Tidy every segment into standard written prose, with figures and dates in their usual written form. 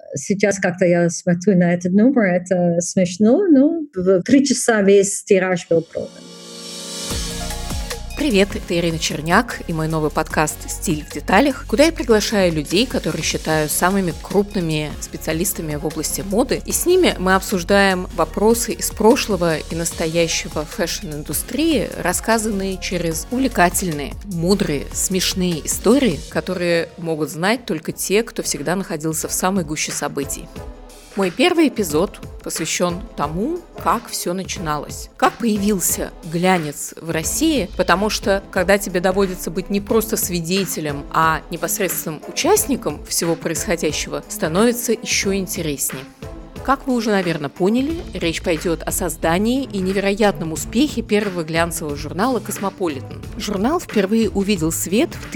Сейчас как-то я смотрю на этот номер, это смешно, но в 3 часа весь тираж был продан. Привет, это Ирина Черняк и мой новый подкаст «Стиль в деталях», куда я приглашаю людей, которые считаю самыми крупными специалистами в области моды, и с ними мы обсуждаем вопросы из прошлого и настоящего фэшн-индустрии, рассказанные через увлекательные, мудрые, смешные истории, которые могут знать только те, кто всегда находился в самой гуще событий. Мой первый эпизод посвящен тому, как все начиналось. Как появился глянец в России, потому что, когда тебе доводится быть не просто свидетелем, а непосредственным участником всего происходящего, становится еще интереснее. Как вы уже, наверное, поняли, речь пойдет о создании и невероятном успехе первого глянцевого журнала «Космополитен». Журнал впервые увидел свет в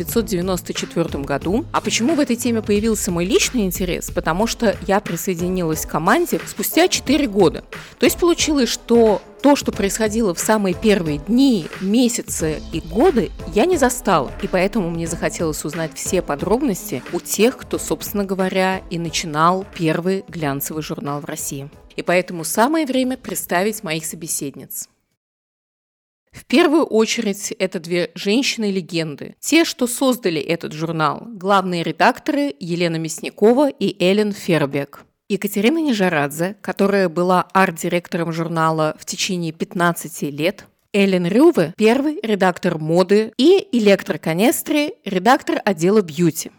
1994 году. А почему в этой теме появился мой личный интерес? Потому что я присоединилась к команде спустя 4 года. То есть получилось, что то, что происходило в самые первые дни, месяцы и годы, я не застала. И поэтому мне захотелось узнать все подробности у тех, кто, собственно говоря, и начинал первый глянцевый журнал в России. И поэтому самое время представить моих собеседниц. В первую очередь, это 2 женщины-легенды. Те, что создали этот журнал. Главные редакторы Елена Мясникова и Эллен Фербек. Екатерина Нижарадзе, которая была арт-директором журнала в течение 15 лет, Эллен Рюве, первый редактор моды, и Электра Канестри, редактор отдела бьюти.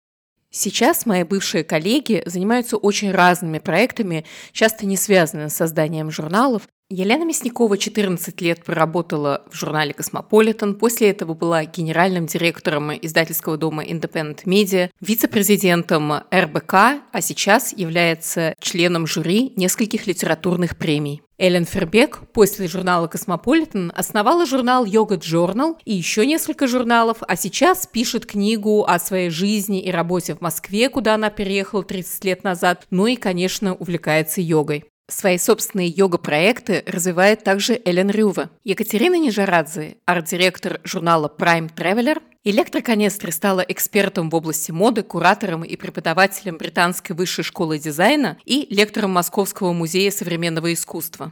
Сейчас мои бывшие коллеги занимаются очень разными проектами, часто не связанными с созданием журналов. Елена Мясникова 14 лет проработала в журнале «Космополитен», после этого была генеральным директором издательского дома Independent Media, вице-президентом РБК, а сейчас является членом жюри нескольких литературных премий. Эллен Фербек после журнала «Космополитен» основала журнал «Йога Journal» и еще несколько журналов, а сейчас пишет книгу о своей жизни и работе в Москве, куда она переехала 30 лет назад, ну и, конечно, увлекается йогой. Свои собственные йога-проекты развивает также Эллен Рюве. Екатерина Нижарадзе, арт-директор журнала Prime Traveler. Электра Канестри стала экспертом в области моды, куратором и преподавателем Британской высшей школы дизайна и лектором Московского музея современного искусства.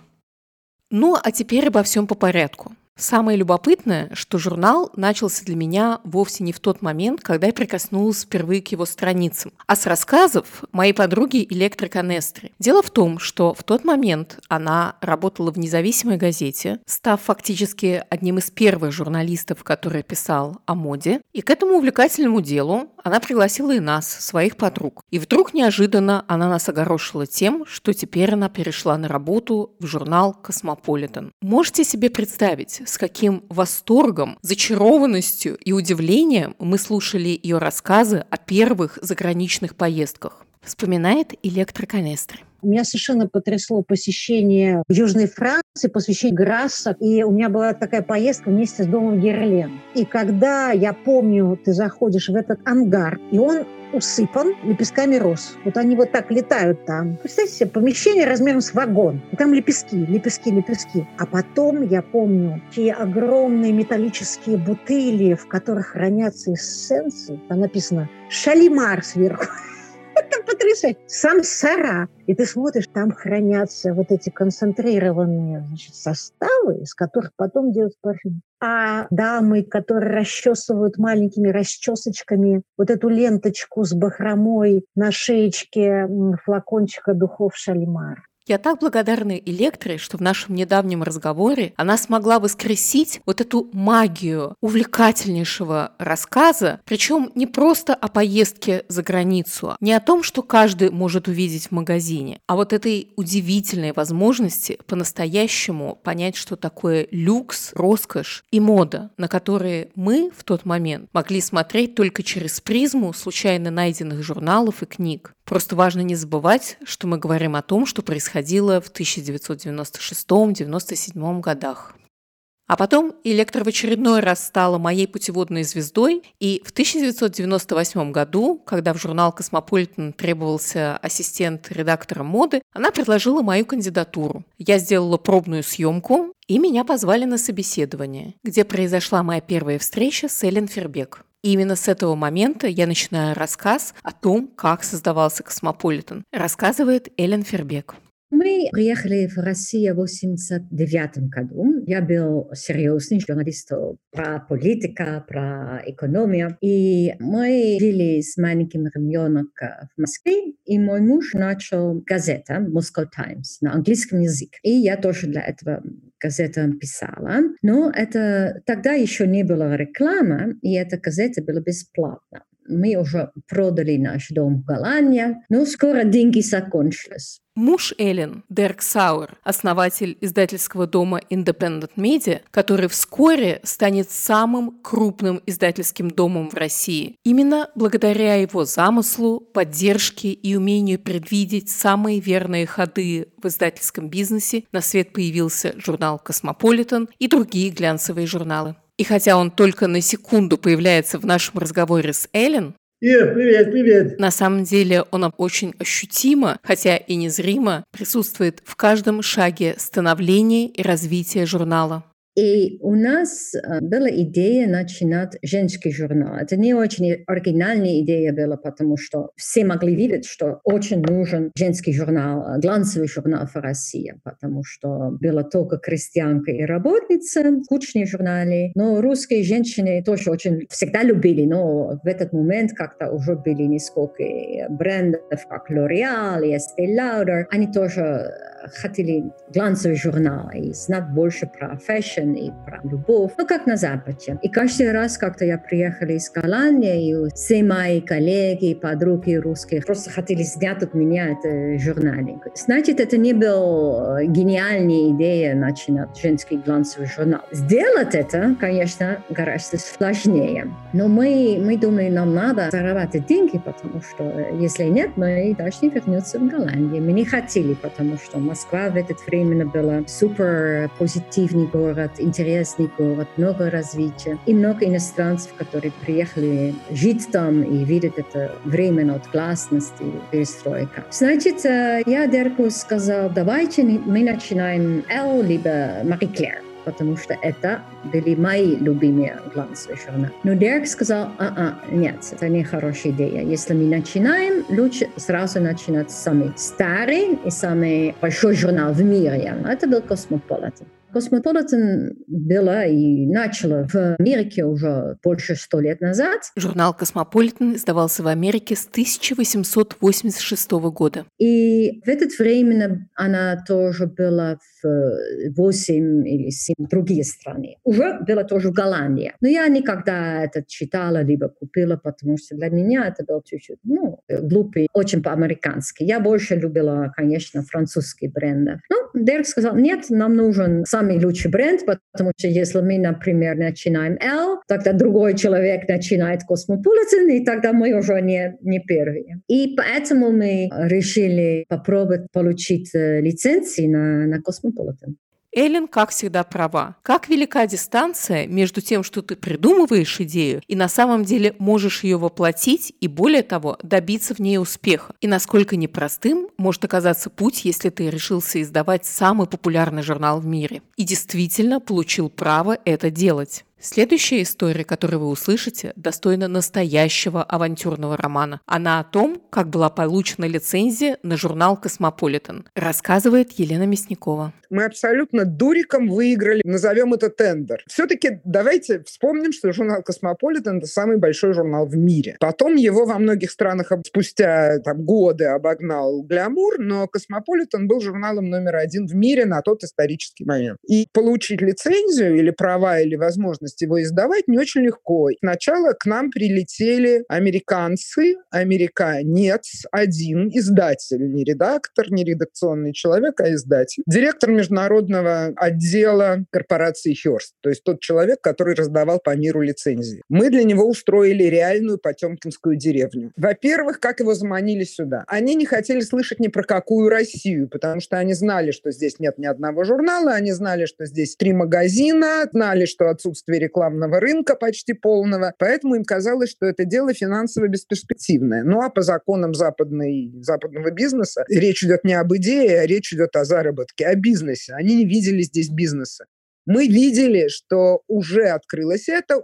Ну, а теперь обо всем по порядку. Самое любопытное, что журнал начался для меня вовсе не в тот момент, когда я прикоснулась впервые к его страницам, а с рассказов моей подруги Электра Канестри. Дело в том, что в тот момент она работала в независимой газете, став фактически одним из первых журналистов, который писал о моде, и к этому увлекательному делу она пригласила и нас, своих подруг. И вдруг неожиданно она нас огорошила тем, что теперь она перешла на работу в журнал «Космополитен». Можете себе представить, с каким восторгом, зачарованностью и удивлением мы слушали ее рассказы о первых заграничных поездках. Вспоминает Электра Канестри. Меня совершенно потрясло посещение Южной Франции, посещение Грасса. И у меня была такая поездка вместе с домом Герлен. И когда, я помню, ты заходишь в этот ангар, и он усыпан лепестками роз. Вот они вот так летают там. Представьте себе, помещение размером с вагон. И там лепестки, лепестки, лепестки. А потом, я помню, те огромные металлические бутыли, в которых хранятся эссенции. Там написано «Шалимар» сверху. Это потрясающе. Самсара. И ты смотришь, там хранятся вот эти концентрированные, значит, составы, из которых потом делают парфюм. А дамы, которые расчесывают маленькими расчесочками вот эту ленточку с бахромой на шеечке флакончика духов Шалимар. Я так благодарна Электре, что в нашем недавнем разговоре она смогла воскресить вот эту магию увлекательнейшего рассказа, причем не просто о поездке за границу, не о том, что каждый может увидеть в магазине, а вот этой удивительной возможности по-настоящему понять, что такое люкс, роскошь и мода, на которые мы в тот момент могли смотреть только через призму случайно найденных журналов и книг. Просто важно не забывать, что мы говорим о том, что происходило в 1996-1997 годах. А потом Электра в очередной раз стала моей путеводной звездой, и в 1998 году, когда в журнал «Космополитен» требовался ассистент редактора моды, она предложила мою кандидатуру. Я сделала пробную съемку, и меня позвали на собеседование, где произошла моя первая встреча с Эллен Фербек. И именно с этого момента я начинаю рассказ о том, как создавался «Космополитен», рассказывает Элен Фербек. Мы приехали в Россию в 1989 году. Я был серьезный журналист про политику, про экономию. И мы жили с маленьким ребенком в Москве, и мой муж начал газету Moscow Times на английском языке. И я тоже для этого газету писала. Но это тогда еще не было рекламы, и эта газета была бесплатна. Мы уже продали наш дом в Голландии, но скоро деньги закончились. Муж Элен, Дерк Сауэр, основатель издательского дома Independent Media, который вскоре станет самым крупным издательским домом в России. Именно благодаря его замыслу, поддержке и умению предвидеть самые верные ходы в издательском бизнесе на свет появился журнал «Космополитен» и другие глянцевые журналы. И хотя он только на секунду появляется в нашем разговоре с Элен, привет. на самом деле он очень ощутимо, хотя и незримо, присутствует в каждом шаге становления и развития журнала. И у нас была идея начинать женский журнал. Это не очень оригинальная идея была, потому что все могли видеть, что очень нужен женский журнал, глянцевый журнал в России, потому что была только крестьянка и работница, скучные журналы. Но русские женщины тоже очень всегда любили, но в этот момент как-то уже были несколько брендов, как L'Oréal и Estée Lauder. Они тоже хотели глянцевый журнал и знать больше про фэшн и про любовь, ну как на Западе. И каждый раз, как-то я приехала из Голландии, и все мои коллеги, подруги русские просто хотели снять от меня это журнал. Значит, это не была гениальная идея начинать женский глянцевый журнал. Сделать это, конечно, гораздо сложнее. Но мы думали, нам надо зарабатывать деньги, потому что если нет, мы должны вернуться в Голландию. Мы не хотели, потому что Москва в это время была супер позитивный город, интересный город, много развития и много иностранцев, которые приехали жить там и видеть это время от гласности и перестройка. Значит, я Дерку сказал, давайте мы начинаем Elle либо Marie Claire, потому что это были мои любимые глянцевые журналы. Но Дерк сказал, нет, это не хорошая идея. Если мы начинаем, лучше сразу начинать самый старый и самый большой журнал в мире. Это был Cosmopolitan. Cosmopolitan была и начала в Америке уже больше 100 лет назад. Журнал «Космополитен» издавался в Америке с 1886 года. И в это время она тоже была в 8 или 7 другие страны. Уже была тоже в Голландии. Но я никогда это читала, либо купила, потому что для меня это был чуть-чуть, глупый, очень по-американски. Я больше любила, конечно, французские бренды. Дерк сказал, нет, нам нужен самый лучший бренд, потому что если мы, например, начинаем Elle, тогда другой человек начинает Cosmopolitan, и тогда мы уже не первые. И поэтому мы решили попробовать получить лицензии на Cosmopolitan. Элен, как всегда, права. Как велика дистанция между тем, что ты придумываешь идею, и на самом деле можешь ее воплотить и, более того, добиться в ней успеха. И насколько непростым может оказаться путь, если ты решился издавать самый популярный журнал в мире. И действительно получил право это делать. Следующая история, которую вы услышите, достойна настоящего авантюрного романа. Она о том, как была получена лицензия на журнал «Космополитен», рассказывает Елена Мясникова. Мы абсолютно дуриком выиграли, назовем это тендер. Все-таки давайте вспомним, что журнал «Космополитен» — это самый большой журнал в мире. Потом его во многих странах спустя годы обогнал «Глямур», но «Космополитен» был журналом номер 1 в мире на тот исторический момент. И получить лицензию или права, или возможность его издавать не очень легко. Сначала к нам прилетели американцы, американец, один издатель, не редактор, не редакционный человек, а издатель. Директор международного отдела корпорации Hearst, то есть тот человек, который раздавал по миру лицензии. Мы для него устроили реальную потемкинскую деревню. Во-первых, как его заманили сюда? Они не хотели слышать ни про какую Россию, потому что они знали, что здесь нет ни одного журнала, они знали, что здесь 3 магазина, знали, что отсутствие рекламного рынка почти полного, поэтому им казалось, что это дело финансово бесперспективное. Ну а по законам западного бизнеса речь идет не об идее, а речь идет о заработке, о бизнесе. Они не видели здесь бизнеса. Мы видели, что уже открылось это,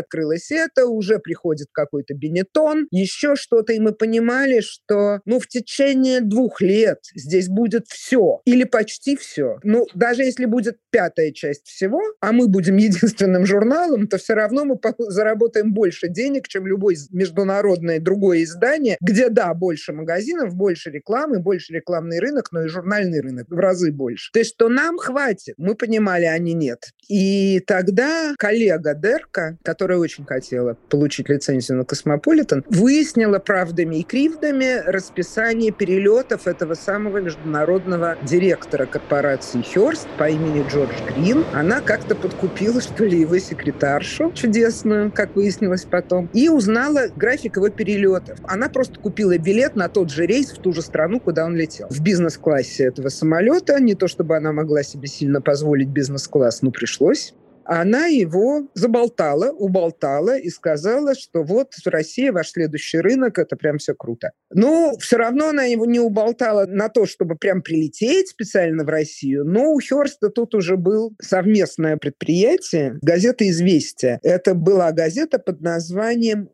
уже приходит какой-то Бенетон, еще что-то, и мы понимали, что в течение 2 лет здесь будет все, или почти все. Даже если будет 5-я часть всего, а мы будем единственным журналом, то все равно мы заработаем больше денег, чем любое международное другое издание, где, да, больше магазинов, больше рекламы, больше рекламный рынок, но и журнальный рынок в разы больше. То есть, что нам хватит, мы понимали, они нет. И тогда коллега Дерка, которая очень хотела получить лицензию на Космополитен, выяснила правдами и кривдами расписание перелетов этого самого международного директора корпорации Хёрст по имени Джордж Грин. Она как-то подкупила, что ли, его секретаршу чудесную, как выяснилось потом, и узнала график его перелетов. Она просто купила билет на тот же рейс в ту же страну, куда он летел. В бизнес-классе этого самолета. Не то, чтобы она могла себе сильно позволить бизнес-класс, но пришлось. Она его уболтала и сказала, что вот Россия ваш следующий рынок, это прям все круто. Но все равно она его не уболтала на то, чтобы прям прилететь специально в Россию, но у Хёрста тут уже было совместное предприятие, газета «Известия». Это была газета под названием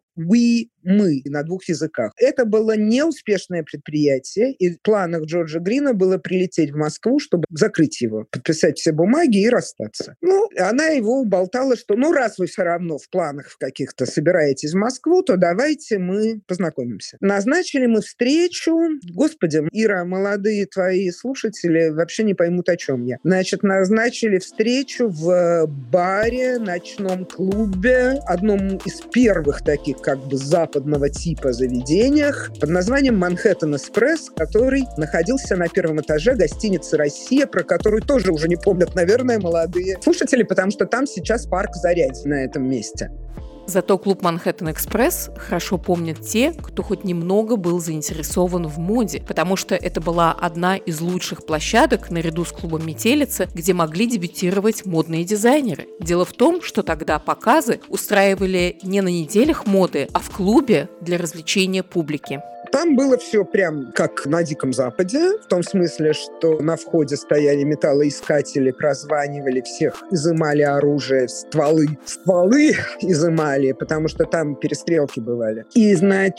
мы на 2 языках. Это было неуспешное предприятие, и в планах Джорджа Грина было прилететь в Москву, чтобы закрыть его, подписать все бумаги и расстаться. Она его уболтала, что раз вы все равно в планах в каких-то собираетесь в Москву, то давайте мы познакомимся. Назначили мы встречу. Господи, Ира, молодые твои слушатели вообще не поймут, о чем я. Назначили встречу в баре, ночном клубе, одном из первых таких западного типа заведениях под названием «Манхэттен Экспресс», который находился на 1-м этаже гостиницы «Россия», про которую тоже уже не помнят, наверное, молодые слушатели, потому что там сейчас парк Зарядье на этом месте. Зато клуб «Манхэттен Экспресс» хорошо помнят те, кто хоть немного был заинтересован в моде, потому что это была одна из лучших площадок наряду с клубом «Метелица», где могли дебютировать модные дизайнеры. Дело в том, что тогда показы устраивали не на неделях моды, а в клубе для развлечения публики. Там было все прям как на Диком Западе, в том смысле, что на входе стояли металлоискатели, прозванивали всех, изымали оружие, стволы изымали, потому что там перестрелки бывали. И,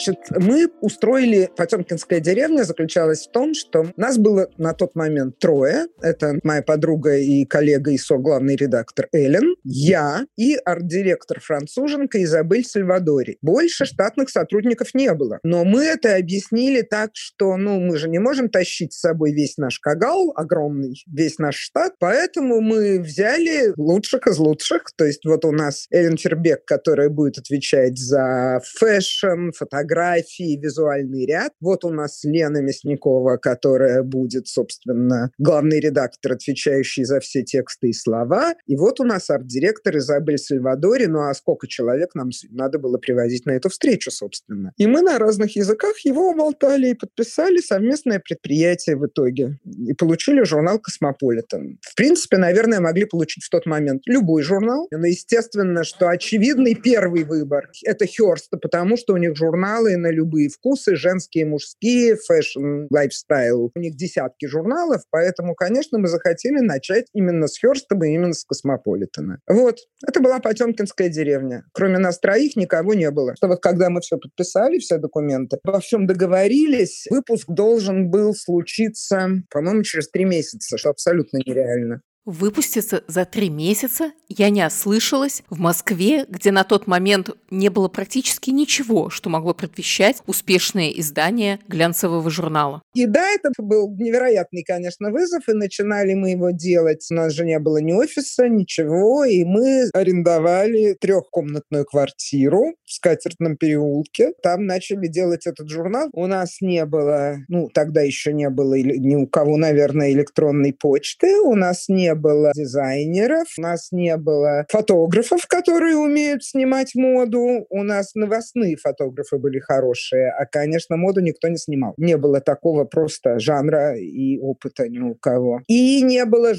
мы устроили Потемкинская деревня, заключалась в том, что нас было на тот момент 3. Это моя подруга и коллега и главный редактор Эллен, я и арт-директор-француженка Изабель Сальвадори. Больше штатных сотрудников не было. Но мы это объяснили так, что, мы же не можем тащить с собой весь наш кагал огромный, весь наш штат, поэтому мы взяли лучших из лучших. То есть вот у нас Эллен Фербек, которая будет отвечать за фэшн, фотографии, визуальный ряд. Вот у нас Лена Мясникова, которая будет, собственно, главный редактор, отвечающий за все тексты и слова. И вот у нас арт-директор Изабель Сальвадори. А сколько человек нам надо было привозить на эту встречу, собственно. И мы на разных языках его уболтали и подписали совместное предприятие в итоге. И получили журнал «Космополитен». В принципе, наверное, могли получить в тот момент любой журнал. Но, естественно, что очевидный первый выбор – это Хёрст, потому что у них журналы на любые вкусы, женские, мужские, фэшн, лайфстайл. У них десятки журналов, поэтому, конечно, мы захотели начать именно с Хёрста и именно с «Космополитена». Вот. Это была Потемкинская деревня. Кроме нас 3 никого не было. Что когда мы все подписали, все документы, во всем договорились, выпуск должен был случиться, по-моему, через 3 месяца, что абсолютно нереально. Выпуститься за 3 месяца? Я не ослышалась. В Москве, где на тот момент не было практически ничего, что могло предвещать успешное издание глянцевого журнала. И да, это был невероятный, конечно, вызов, и начинали мы его делать. У нас же не было ни офиса, ничего, и мы арендовали 3-комнатную квартиру в Скатертном переулке. Там начали делать этот журнал. У нас не было, тогда еще не было ни у кого, наверное, электронной почты, у нас не было дизайнеров, у нас не было фотографов, которые умеют снимать моду. У нас новостные фотографы были хорошие, а, конечно, моду никто не снимал. Не было такого просто жанра и опыта ни у кого. И не было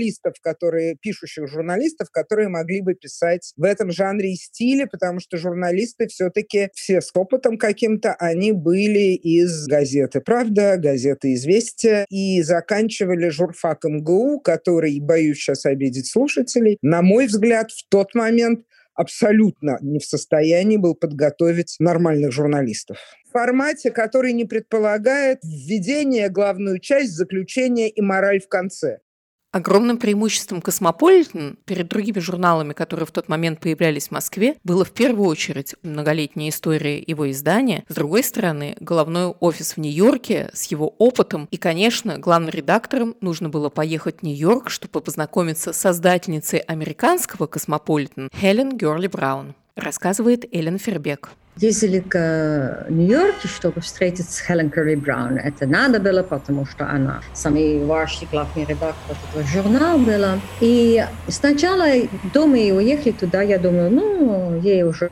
пишущих журналистов, которые могли бы писать в этом жанре и стиле, потому что журналисты все-таки все с опытом каким-то, они были из газеты «Правда», газеты «Известия» и заканчивали журфак МГУ, который боюсь сейчас обидеть слушателей, на мой взгляд, в тот момент абсолютно не в состоянии был подготовить нормальных журналистов. В формате, который не предполагает введение, главную часть, заключение и мораль в конце. Огромным преимуществом «Космополитен» перед другими журналами, которые в тот момент появлялись в Москве, было в первую очередь многолетняя история его издания, с другой стороны, головной офис в Нью-Йорке с его опытом, и, конечно, главным редактором нужно было поехать в Нью-Йорк, чтобы познакомиться с создательницей американского «Космополитен» Хелен Герли Браун, рассказывает Эллен Фербек. Ездили к Нью-Йорку, чтобы встретиться с Хелен Герли Браун. Это надо было, потому что она самый важный главный редактор этого журнала была. И сначала до мы уехали туда, я думала, ей уже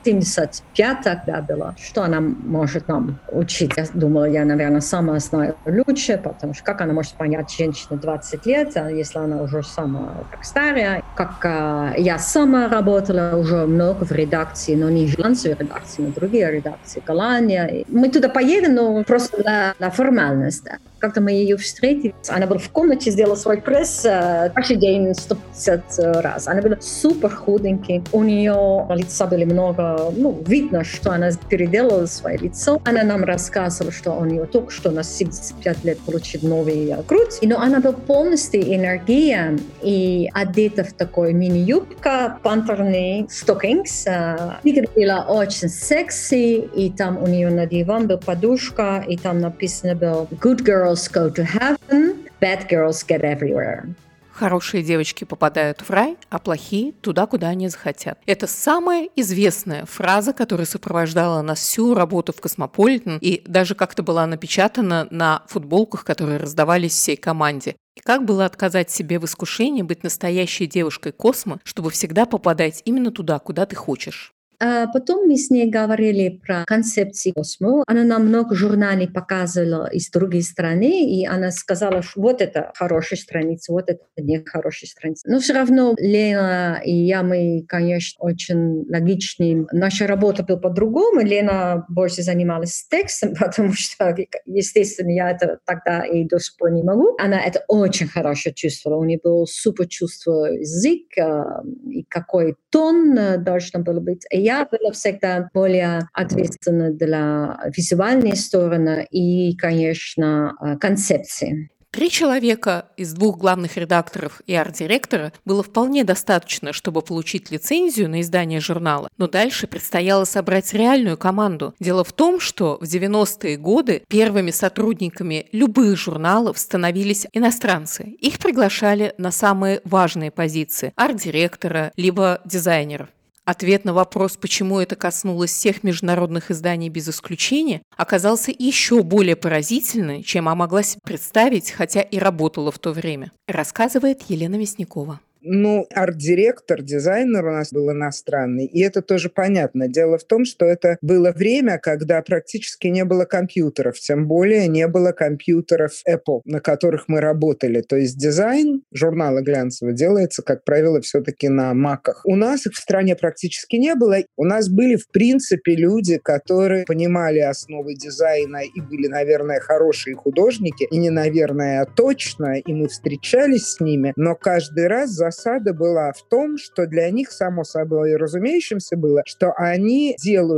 75 тогда было. Что она может нам учить? Я думала, я, наверное, сама знаю лучше, потому что как она может понять женщину 20 лет, если она уже сама так старая. Как я сама работала уже много в редакции, но не в глянцевой редакции, но другие редакции, Голландия. Мы туда поедем, но просто на формальность. Как-то мы ее встретили. Она была в комнате, сделала свой пресс каждый день 150 раз. Она была супер худенькая. У нее лица было много, видно, что она переделала свое лицо. Она нам рассказывала, что у нее только что на 75 лет получит новый грудь. Но она была полностью энергия и одета в такой мини-юбка, пантерный, stockings. Выглядела очень секси, и там у нее на диван была подушка, и там написано было «Good girls go to heaven, bad girls get everywhere». Хорошие девочки попадают в рай, а плохие – туда, куда они захотят. Это самая известная фраза, которая сопровождала нас всю работу в «Космополитен», и даже как-то была напечатана на футболках, которые раздавались всей команде. И как было отказать себе в искушении быть настоящей девушкой Космо, чтобы всегда попадать именно туда, куда ты хочешь? А потом мы с ней говорили про концепции Космо. Она нам много журналов показывала из другой страны, и она сказала, что вот это хорошая страница, вот это не хорошая страница. Но все равно Лена и я, мы, конечно, очень логичны. Наша работа была по-другому. Лена больше занималась текстом, потому что, естественно, я это тогда и до сих пор не могу. Она это очень хорошо чувствовала. У нее было супер чувство языка, и какой тон должен был быть. И я была всегда более ответственна для визуальной стороны и, конечно, концепции. 3 человека из 2 главных редакторов и арт-директора было вполне достаточно, чтобы получить лицензию на издание журнала, но дальше предстояло собрать реальную команду. Дело в том, что в 90-е годы первыми сотрудниками любых журналов становились иностранцы. Их приглашали на самые важные позиции – арт-директора, либо дизайнеров. Ответ на вопрос, почему это коснулось всех международных изданий без исключения, оказался еще более поразительным, чем я могла себе представить, хотя и работала в то время, рассказывает Елена Мясникова. Арт-директор, дизайнер у нас был иностранный, и это тоже понятно. Дело в том, что это было время, когда практически не было компьютеров, тем более не было компьютеров Apple, на которых мы работали. То есть дизайн журнала глянцевого делается, как правило, все-таки на маках. У нас их в стране практически не было. У нас были, в принципе, люди, которые понимали основы дизайна и были, наверное, хорошие художники, и не наверное, а точно, и мы встречались с ними, но каждый раз засада была в том, что для них, само собой разумеющимся было, что они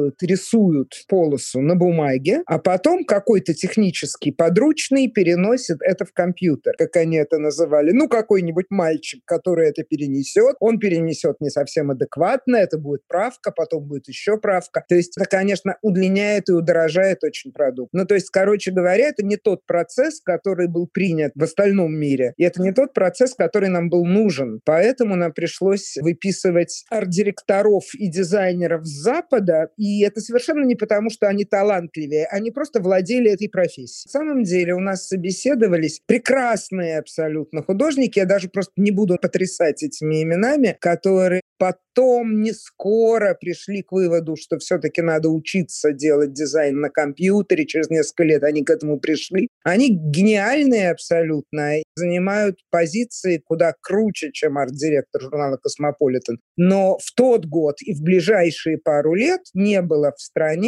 рисуют полосу на бумаге, а потом какой-то технический подручный переносит это в компьютер, как они это называли. Какой-нибудь мальчик, который это перенесет, он перенесет не совсем адекватно, это будет правка, потом будет еще правка. То есть это, конечно, удлиняет и удорожает очень продукт. Короче говоря, это не тот процесс, который был принят в остальном мире, и это не тот процесс, который нам был нужен. Поэтому нам пришлось выписывать арт-директоров и дизайнеров с Запада, и это совершенно не потому, что они талантливее, они просто владели этой профессией. На самом деле у нас собеседовались прекрасные абсолютно художники, я даже просто не буду потрясать этими именами, которые потом не скоро пришли к выводу, что все-таки надо учиться делать дизайн на компьютере. Через несколько лет они к этому пришли. Они гениальные абсолютно, занимают позиции куда круче, чем арт-директор журнала «Космополитен». Но в тот год и в ближайшие пару лет не было в стране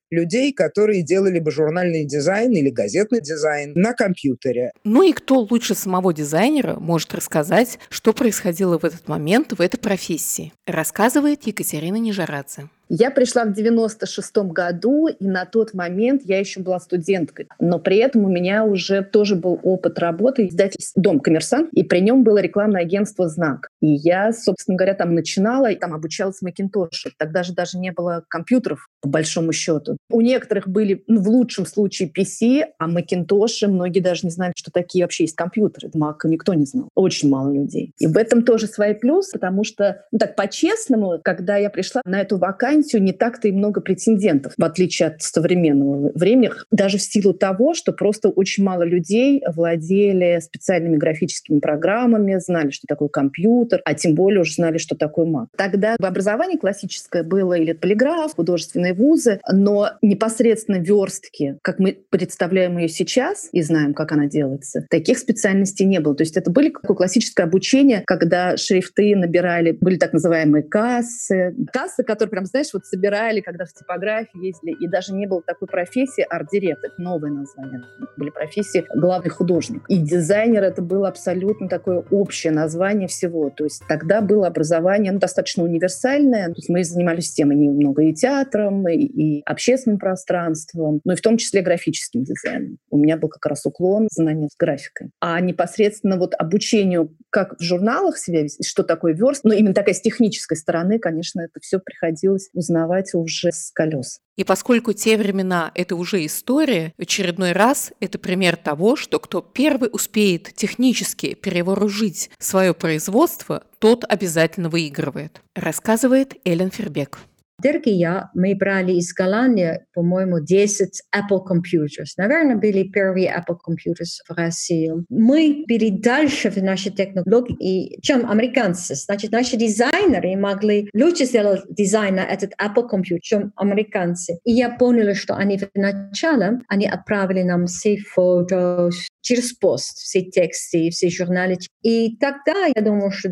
людей, которые делали бы журнальный дизайн или газетный дизайн на компьютере. Ну и кто лучше самого дизайнера может рассказать, что происходило в этот момент в этой профессии, рассказывает Екатерина Нижарадзе. Я пришла в 96-м году, и на тот момент я еще была студенткой. Но при этом у меня уже тоже был опыт работы в издательстве «Дом Коммерсант», и при нем было рекламное агентство «Знак». И я, собственно говоря, там начинала, и там обучалась Макинтошу. Тогда же даже не было компьютеров, по большому счету. У некоторых были, в лучшем случае, PC, а Макинтоши многие даже не знали, что такие вообще есть компьютеры. Мака никто не знал. Очень мало людей. И в этом тоже свои плюсы, потому что, так по-честному, когда я пришла на эту вакансию, не так-то и много претендентов, в отличие от современного времени, даже в силу того, что просто очень мало людей владели специальными графическими программами, знали, что такое компьютер, а тем более уже знали, что такое Mac. Тогда образование классическое было или полиграф, художественные вузы, но непосредственно верстки, как мы представляем ее сейчас и знаем, как она делается, таких специальностей не было. То есть это были какое классическое обучение, когда шрифты набирали, были так называемые кассы, которые прям, знаешь, вот собирали, когда в типографии ездили, и даже не было такой профессии арт-директор, новое название. Были профессии главный художник. И дизайнер — это было абсолютно такое общее название всего. То есть тогда было образование достаточно универсальное. То есть мы занимались темой немного и театром, и общественным пространством, но и в том числе графическим дизайном. У меня был как раз уклон знания с графикой. А непосредственно вот обучению, как в журналах себя вести, что такое верст, но именно такая с технической стороны, конечно, это все приходилось узнавать уже с колес. И поскольку те времена — это уже история, в очередной раз это пример того, что кто первый успеет технически перевооружить свое производство, тот обязательно выигрывает, рассказывает Элен Фербек. Дорогие, мы брали из Голландии, по-моему, 10 Apple Computers. Наверное, были первые Apple Computers в России. Мы были дальше в нашей технологии, чем американцы. Значит, наши дизайнеры могли лучше сделать дизайн на этот Apple Computer, чем американцы. И я поняла, что они вначале отправили нам все фото через пост, все тексты, все журналы. И тогда, я думаю, что в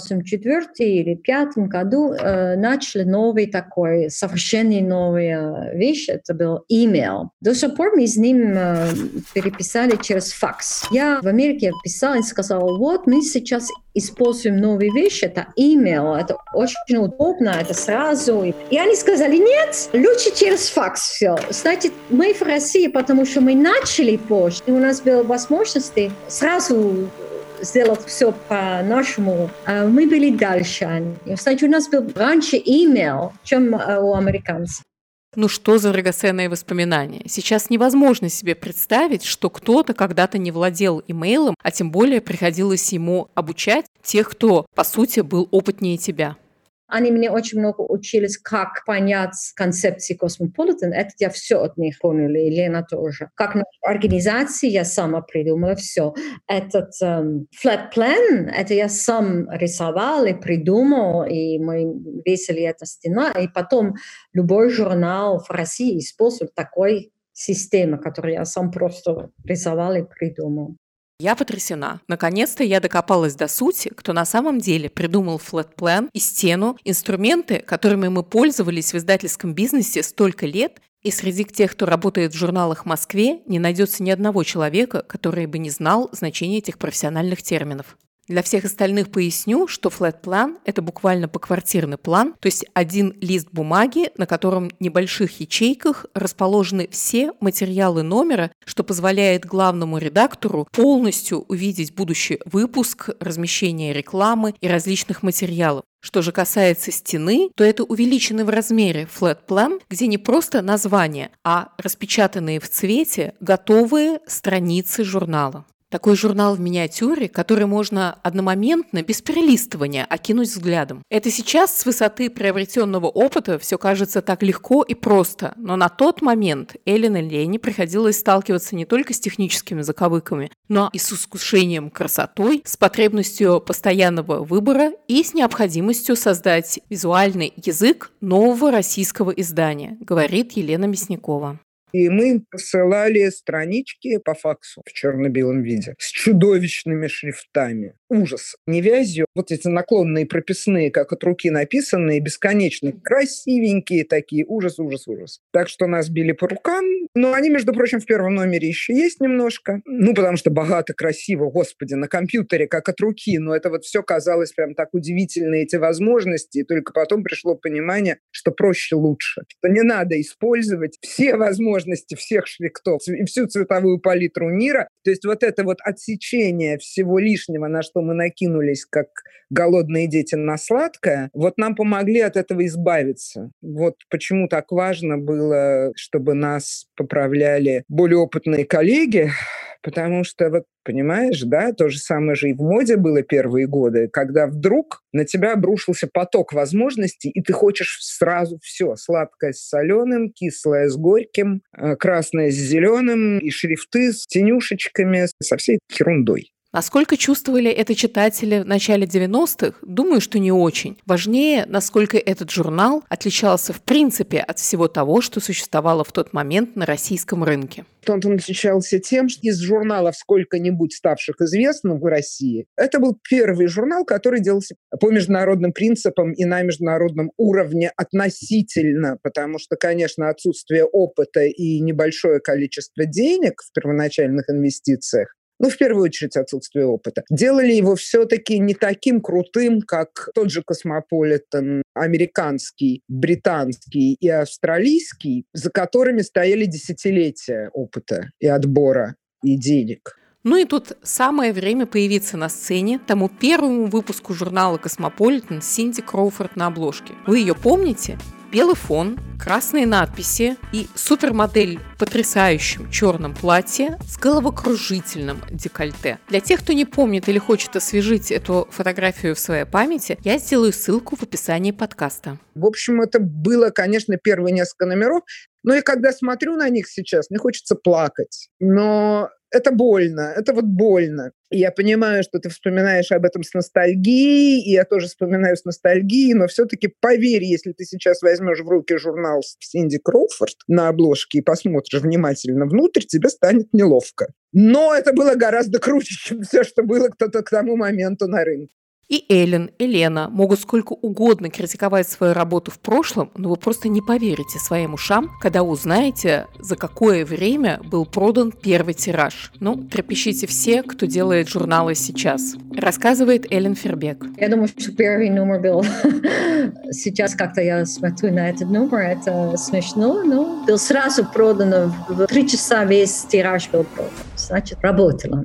94 или 95 году начали новый такой, совершенно новая вещь, это был email. До сих пор мы с ним переписали через факс. Я в Америке писала и сказала, вот мы сейчас используем новые вещи, это email, это очень удобно, это сразу. И они сказали, нет, лучше через факс все. Значит, мы в России, потому что мы начали позже, и у нас была возможность сразу сделать все по-нашему. Мы были дальше. Кстати, у нас был раньше имейл, чем у американцев. Ну что за драгоценные воспоминания? Сейчас невозможно себе представить, что кто-то когда-то не владел имейлом, а тем более приходилось ему обучать тех, кто, по сути, был опытнее тебя. Они мне очень много учились, как понять концепции Cosmopolitan. Это я все от них поняла, и Лена тоже. Как наша организация я сама придумала все. Этот flat plan, это я сам рисовал и придумал, и мы весили эту стену. И потом любой журнал в России использует такой систему, которую я сам просто рисовал и придумал. Я потрясена. Наконец-то я докопалась до сути, кто на самом деле придумал flat plan и стену, инструменты, которыми мы пользовались в издательском бизнесе столько лет, и среди тех, кто работает в журналах в Москве, не найдется ни одного человека, который бы не знал значения этих профессиональных терминов. Для всех остальных поясню, что flat plan – это буквально поквартирный план, то есть один лист бумаги, на котором в небольших ячейках расположены все материалы номера, что позволяет главному редактору полностью увидеть будущий выпуск, размещение рекламы и различных материалов. Что же касается стены, то это увеличенный в размере flat plan, где не просто название, а распечатанные в цвете готовые страницы журнала. Такой журнал в миниатюре, который можно одномоментно, без перелистывания, окинуть взглядом. Это сейчас с высоты приобретенного опыта все кажется так легко и просто, но на тот момент Элен и Лене приходилось сталкиваться не только с техническими заковыками, но и с искушением красотой, с потребностью постоянного выбора и с необходимостью создать визуальный язык нового российского издания, говорит Елена Мясникова. И мы посылали странички по факсу в черно-белом виде с чудовищными шрифтами. Ужас. Не вязью. Вот эти наклонные прописные, как от руки написанные, бесконечно красивенькие такие. Ужас, ужас, ужас. Так что нас били по рукам. Но они, между прочим, в первом номере еще есть немножко. Потому что богато, красиво, господи, на компьютере, как от руки. Но это вот все казалось прям так удивительно, эти возможности. И только потом пришло понимание, что проще лучше. Что не надо использовать все возможности всех шрифтов и всю цветовую палитру мира. То есть вот это вот отсечение всего лишнего, на что мы накинулись, как голодные дети на сладкое, вот нам помогли от этого избавиться. Вот почему так важно было, чтобы нас поправляли более опытные коллеги, потому что, вот понимаешь, да, то же самое же и в моде было первые годы, когда вдруг на тебя обрушился поток возможностей, и ты хочешь сразу все. Сладкое с соленым, кислое с горьким, красное с зеленым, и шрифты с тенюшечками, со всей ерундой. Насколько чувствовали это читатели в начале 90-х? Думаю, что не очень. Важнее, насколько этот журнал отличался в принципе от всего того, что существовало в тот момент на российском рынке. Он отличался тем, что из журналов, сколько-нибудь ставших известным в России, это был первый журнал, который делался по международным принципам и на международном уровне относительно, потому что, конечно, отсутствие опыта и небольшое количество денег в первоначальных инвестициях, в первую очередь отсутствие опыта, делали его все-таки не таким крутым, как тот же «Космополитен», американский, британский и австралийский, за которыми стояли десятилетия опыта и отбора и денег. И тут самое время появиться на сцене тому первому выпуску журнала «Космополитен» с Синди Кроуфорд на обложке. Вы ее помните? Белый фон, красные надписи и супермодель в потрясающем черном платье с головокружительным декольте. Для тех, кто не помнит или хочет освежить эту фотографию в своей памяти, я сделаю ссылку в описании подкаста. В общем, это было, конечно, первые несколько номеров. И когда смотрю на них сейчас, мне хочется плакать. Но это больно, это вот больно. И я понимаю, что ты вспоминаешь об этом с ностальгией, и я тоже вспоминаю с ностальгией, но все-таки поверь, если ты сейчас возьмешь в руки журнал Синди Кроуфорд на обложке и посмотришь внимательно внутрь, тебе станет неловко. Но это было гораздо круче, чем все, что было кто-то к тому моменту на рынке. И Эллен, и Лена могут сколько угодно критиковать свою работу в прошлом, но вы просто не поверите своим ушам, когда узнаете, за какое время был продан первый тираж. Трепещите все, кто делает журналы сейчас. Рассказывает Эллен Фербек. Я думаю, что первый номер был... Сейчас как-то я смотрю на этот номер, это смешно, но был сразу продан, в 3 часа весь тираж был продан. Значит, работало.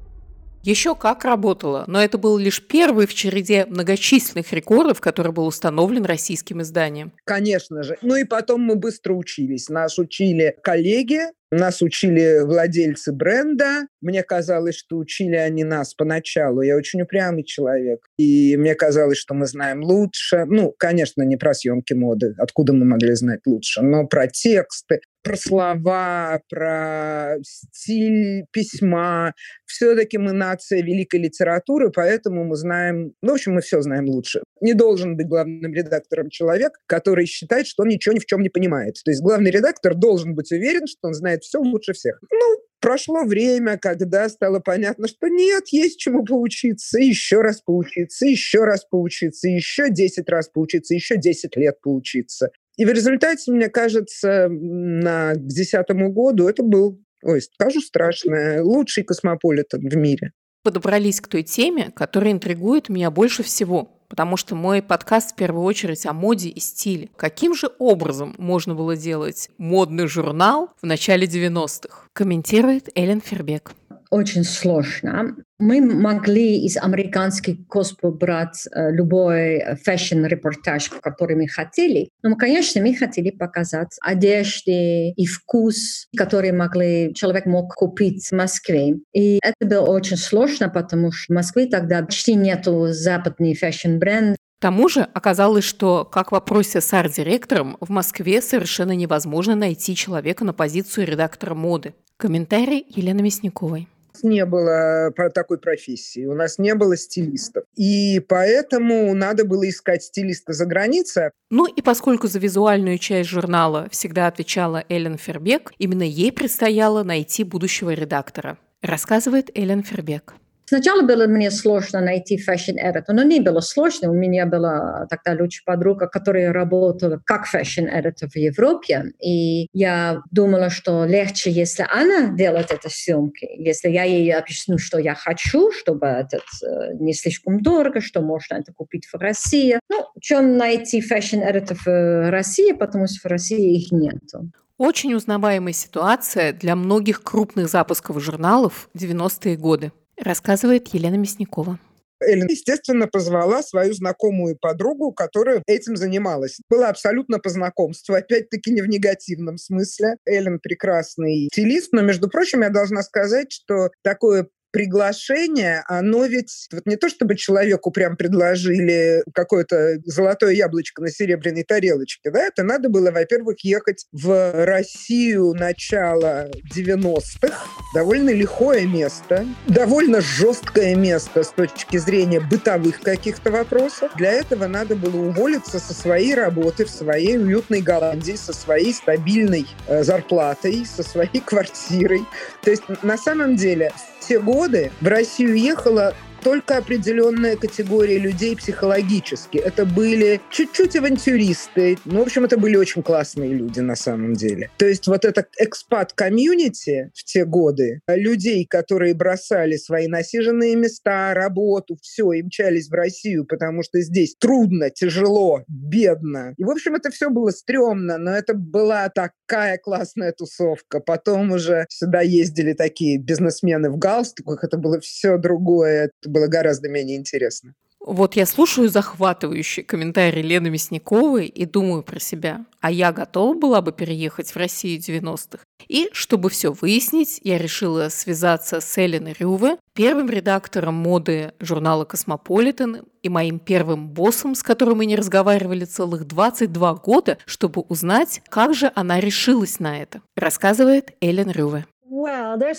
Еще как работало, но это был лишь первый в череде многочисленных рекордов, который был установлен российским изданием. Конечно же. И потом мы быстро учились. Нас учили коллеги, нас учили владельцы бренда. Мне казалось, что учили они нас поначалу. Я очень упрямый человек. И мне казалось, что мы знаем лучше. Конечно, не про съемки моды. Откуда мы могли знать лучше? Но про тексты, про слова, про стиль письма. Все-таки мы нация великой литературы, поэтому мы знаем... мы все знаем лучше. Не должен быть главным редактором человек, который считает, что он ничего ни в чем не понимает. То есть главный редактор должен быть уверен, что он знает все лучше всех. Прошло время, когда стало понятно, что нет, есть чему поучиться, еще раз поучиться, еще раз поучиться, еще 10 раз поучиться, еще 10 лет поучиться. И в результате, мне кажется, к 2010 году это был, скажу страшное, лучший «Космополитен» в мире. Подобрались к той теме, которая интригует меня больше всего, потому что мой подкаст в первую очередь о моде и стиле. Каким же образом можно было делать модный журнал в начале 90-х? Комментирует Эллен Фербек. Очень сложно. Мы могли из американских госпел брать любой фэшн-репортаж, который мы хотели. Но, конечно, мы хотели показать одежды и вкус, который человек мог купить в Москве. И это было очень сложно, потому что в Москве тогда почти нету западный фэшн-бренд. К тому же оказалось, что, как в вопросе с арт-директором, в Москве совершенно невозможно найти человека на позицию редактора моды. Комментарий Елены Мясниковой. Не было такой профессии, у нас не было стилистов. И поэтому надо было искать стилиста за границей. Ну и поскольку за визуальную часть журнала всегда отвечала Эллен Фербек, именно ей предстояло найти будущего редактора. Рассказывает Эллен Фербек. Сначала было мне сложно найти fashion editor, но не было сложно. У меня была тогда лучшая подруга, которая работала как fashion editor в Европе. И я думала, что легче, если она делает эти съемки, если я ей объясню, что я хочу, чтобы это не слишком дорого, что можно это купить в России. Ну, чем найти fashion editor в России, потому что в России их нету. Очень узнаваемая ситуация для многих крупных запусков журналов в 90-е годы. Рассказывает Елена Мясникова. Эллен, естественно, позвала свою знакомую подругу, которая этим занималась. Было абсолютно по знакомству, опять-таки не в негативном смысле. Эллен прекрасный стилист, но, между прочим, я должна сказать, что такое приглашение, оно ведь вот не то, чтобы человеку прям предложили какое-то золотое яблочко на серебряной тарелочке, да, это надо было, во-первых, ехать в Россию начала 90-х, довольно лихое место, довольно жесткое место с точки зрения бытовых каких-то вопросов. Для этого надо было уволиться со своей работы в своей уютной Голландии, со своей стабильной зарплатой, со своей квартирой. То есть, на самом деле, в те годы в Россию ехала только определенная категория людей психологически. Это были чуть-чуть авантюристы. Ну, в общем, это были очень классные люди на самом деле. То есть вот это экспат-комьюнити в те годы, людей, которые бросали свои насиженные места, работу, все, и мчались в Россию, потому что здесь трудно, тяжело, бедно. И, в общем, это все было стрёмно, но это была такая классная тусовка. Потом уже сюда ездили такие бизнесмены в галстуках. Это было все другое. Это было гораздо менее интересно. Вот я слушаю захватывающий комментарий Лены Мясниковой и думаю про себя, а я готова была бы переехать в Россию 90-х. И, чтобы все выяснить, я решила связаться с Эллен Рюве, первым редактором моды журнала «Космополитен» и моим первым боссом, с которым мы не разговаривали целых 22 года, чтобы узнать, как же она решилась на это, рассказывает Эллен Рюве. Ну, для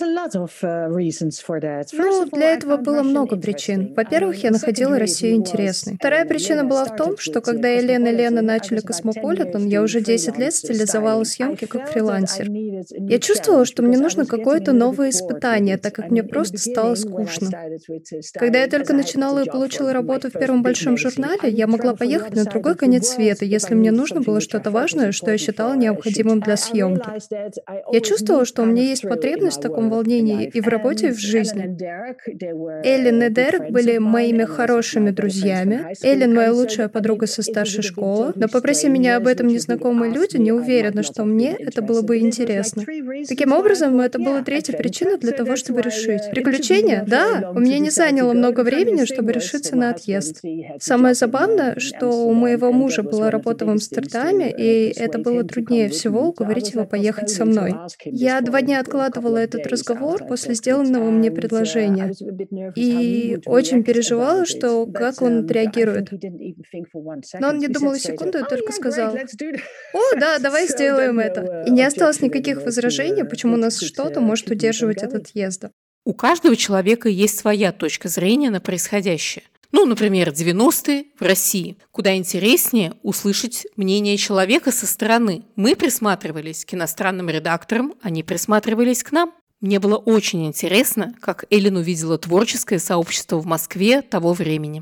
этого было много причин. Во-первых, я находила Россию интересной. Вторая причина была в том, что когда Елена и Лена начали «Космополитен», я уже 10 лет стилизовала съемки как фрилансер. Я чувствовала, что мне нужно какое-то новое испытание, так как мне просто стало скучно. Когда я только начинала и получила работу в первом большом журнале, я могла поехать на другой конец света, если мне нужно было что-то важное, что я считала необходимым для съемки. Я чувствовала, что у меня есть потребность в таком волнении и в работе, и в жизни. Эллен и Дерек были моими хорошими друзьями. Эллен — моя лучшая подруга со старшей школы, но попроси меня об этом незнакомые люди, не уверена, что мне это было бы интересно. Таким образом, это была третья причина для того, чтобы решить. Приключения? Да, у меня не заняло много времени, чтобы решиться на отъезд. Самое забавное, что у моего мужа была работа в Амстердаме, и это было труднее всего уговорить его поехать со мной. Я 2 дня откладывала этот разговор после сделанного мне предложения. И очень переживала, что как он отреагирует. Но он не думал и секунду и только сказал: «О, да, давай сделаем это». И не осталось никаких возражений, почему нас что-то может удерживать от отъезда. У каждого человека есть своя точка зрения на происходящее. Ну, например, 90-е в России. Куда интереснее услышать мнение человека со стороны. Мы присматривались к иностранным редакторам, они присматривались к нам. Мне было очень интересно, как Эллен увидела творческое сообщество в Москве того времени.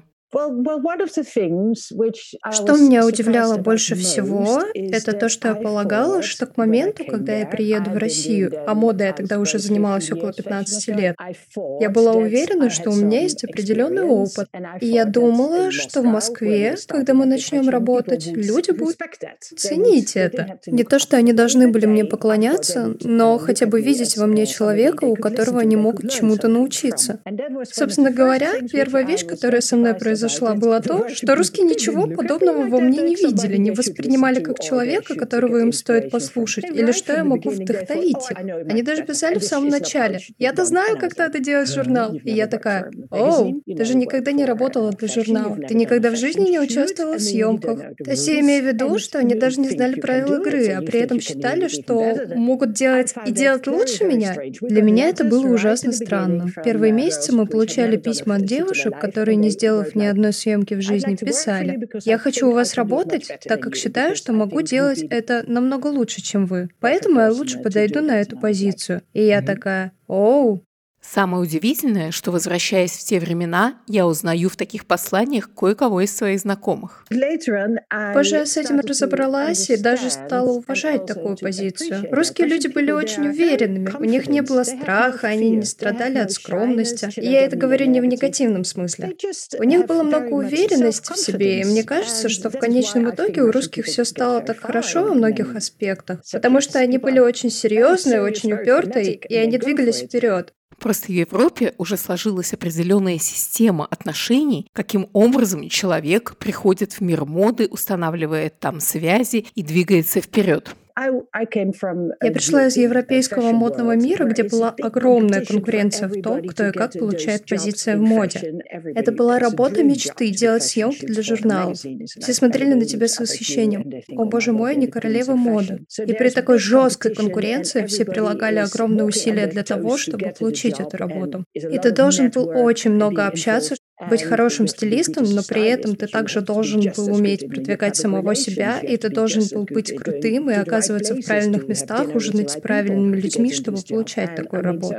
Что меня удивляло больше всего, это то, что я полагала, что к моменту, когда я приеду в Россию, а модой я тогда уже занималась около 15 лет, я была уверена, что у меня есть определенный опыт. И я думала, что в Москве, когда мы начнем работать, люди будут ценить это. Не то, что они должны были мне поклоняться, но хотя бы видеть во мне человека, у которого они могут чему-то научиться. Собственно говоря, первая вещь, которая со мной произошла произошла, было то, что русские ничего подобного во мне не видели, не воспринимали как человека, которого им стоит послушать, или что я могу вдохновить их. Они даже писали в самом начале: «Я-то знаю, как надо делать журнал». И я такая: «Оу, ты же никогда не работала для журнала, ты никогда в жизни не участвовала в съемках». То есть я имею в виду, что они даже не знали правил игры, а при этом считали, что могут делать и делать лучше меня. Для меня это было ужасно странно. Первые месяцы мы получали письма от девушек, которые, не сделав ни одной съемки в жизни, писали: «Я хочу у вас работать, так как считаю, что могу делать это намного лучше, чем вы. Поэтому я лучше подойду на эту позицию». И я такая: «Оу». Самое удивительное, что, возвращаясь в те времена, я узнаю в таких посланиях кое-кого из своих знакомых. Позже я с этим разобралась и даже стала уважать такую позицию. Русские люди были очень уверенными, у них не было страха, они не страдали от скромности. И я это говорю не в негативном смысле. У них было много уверенности в себе, и мне кажется, что в конечном итоге у русских все стало так хорошо во многих аспектах, потому что они были очень серьезные, очень упертые, и они двигались вперед. Просто в Европе уже сложилась определенная система отношений, каким образом человек приходит в мир моды, устанавливает там связи и двигается вперед. Я пришла из европейского модного мира, где была огромная конкуренция в том, кто и как получает позиции в моде. Это была работа мечты — делать съемки для журналов. Все смотрели на тебя с восхищением. О, боже мой, не королева моды. И при такой жесткой конкуренции все прилагали огромные усилия для того, чтобы получить эту работу. И ты должен был очень много общаться, быть хорошим стилистом, но при этом ты также должен был уметь продвигать самого себя, и ты должен был быть крутым и оказываться в правильных местах, ужинать с правильными людьми, чтобы получать такую работу.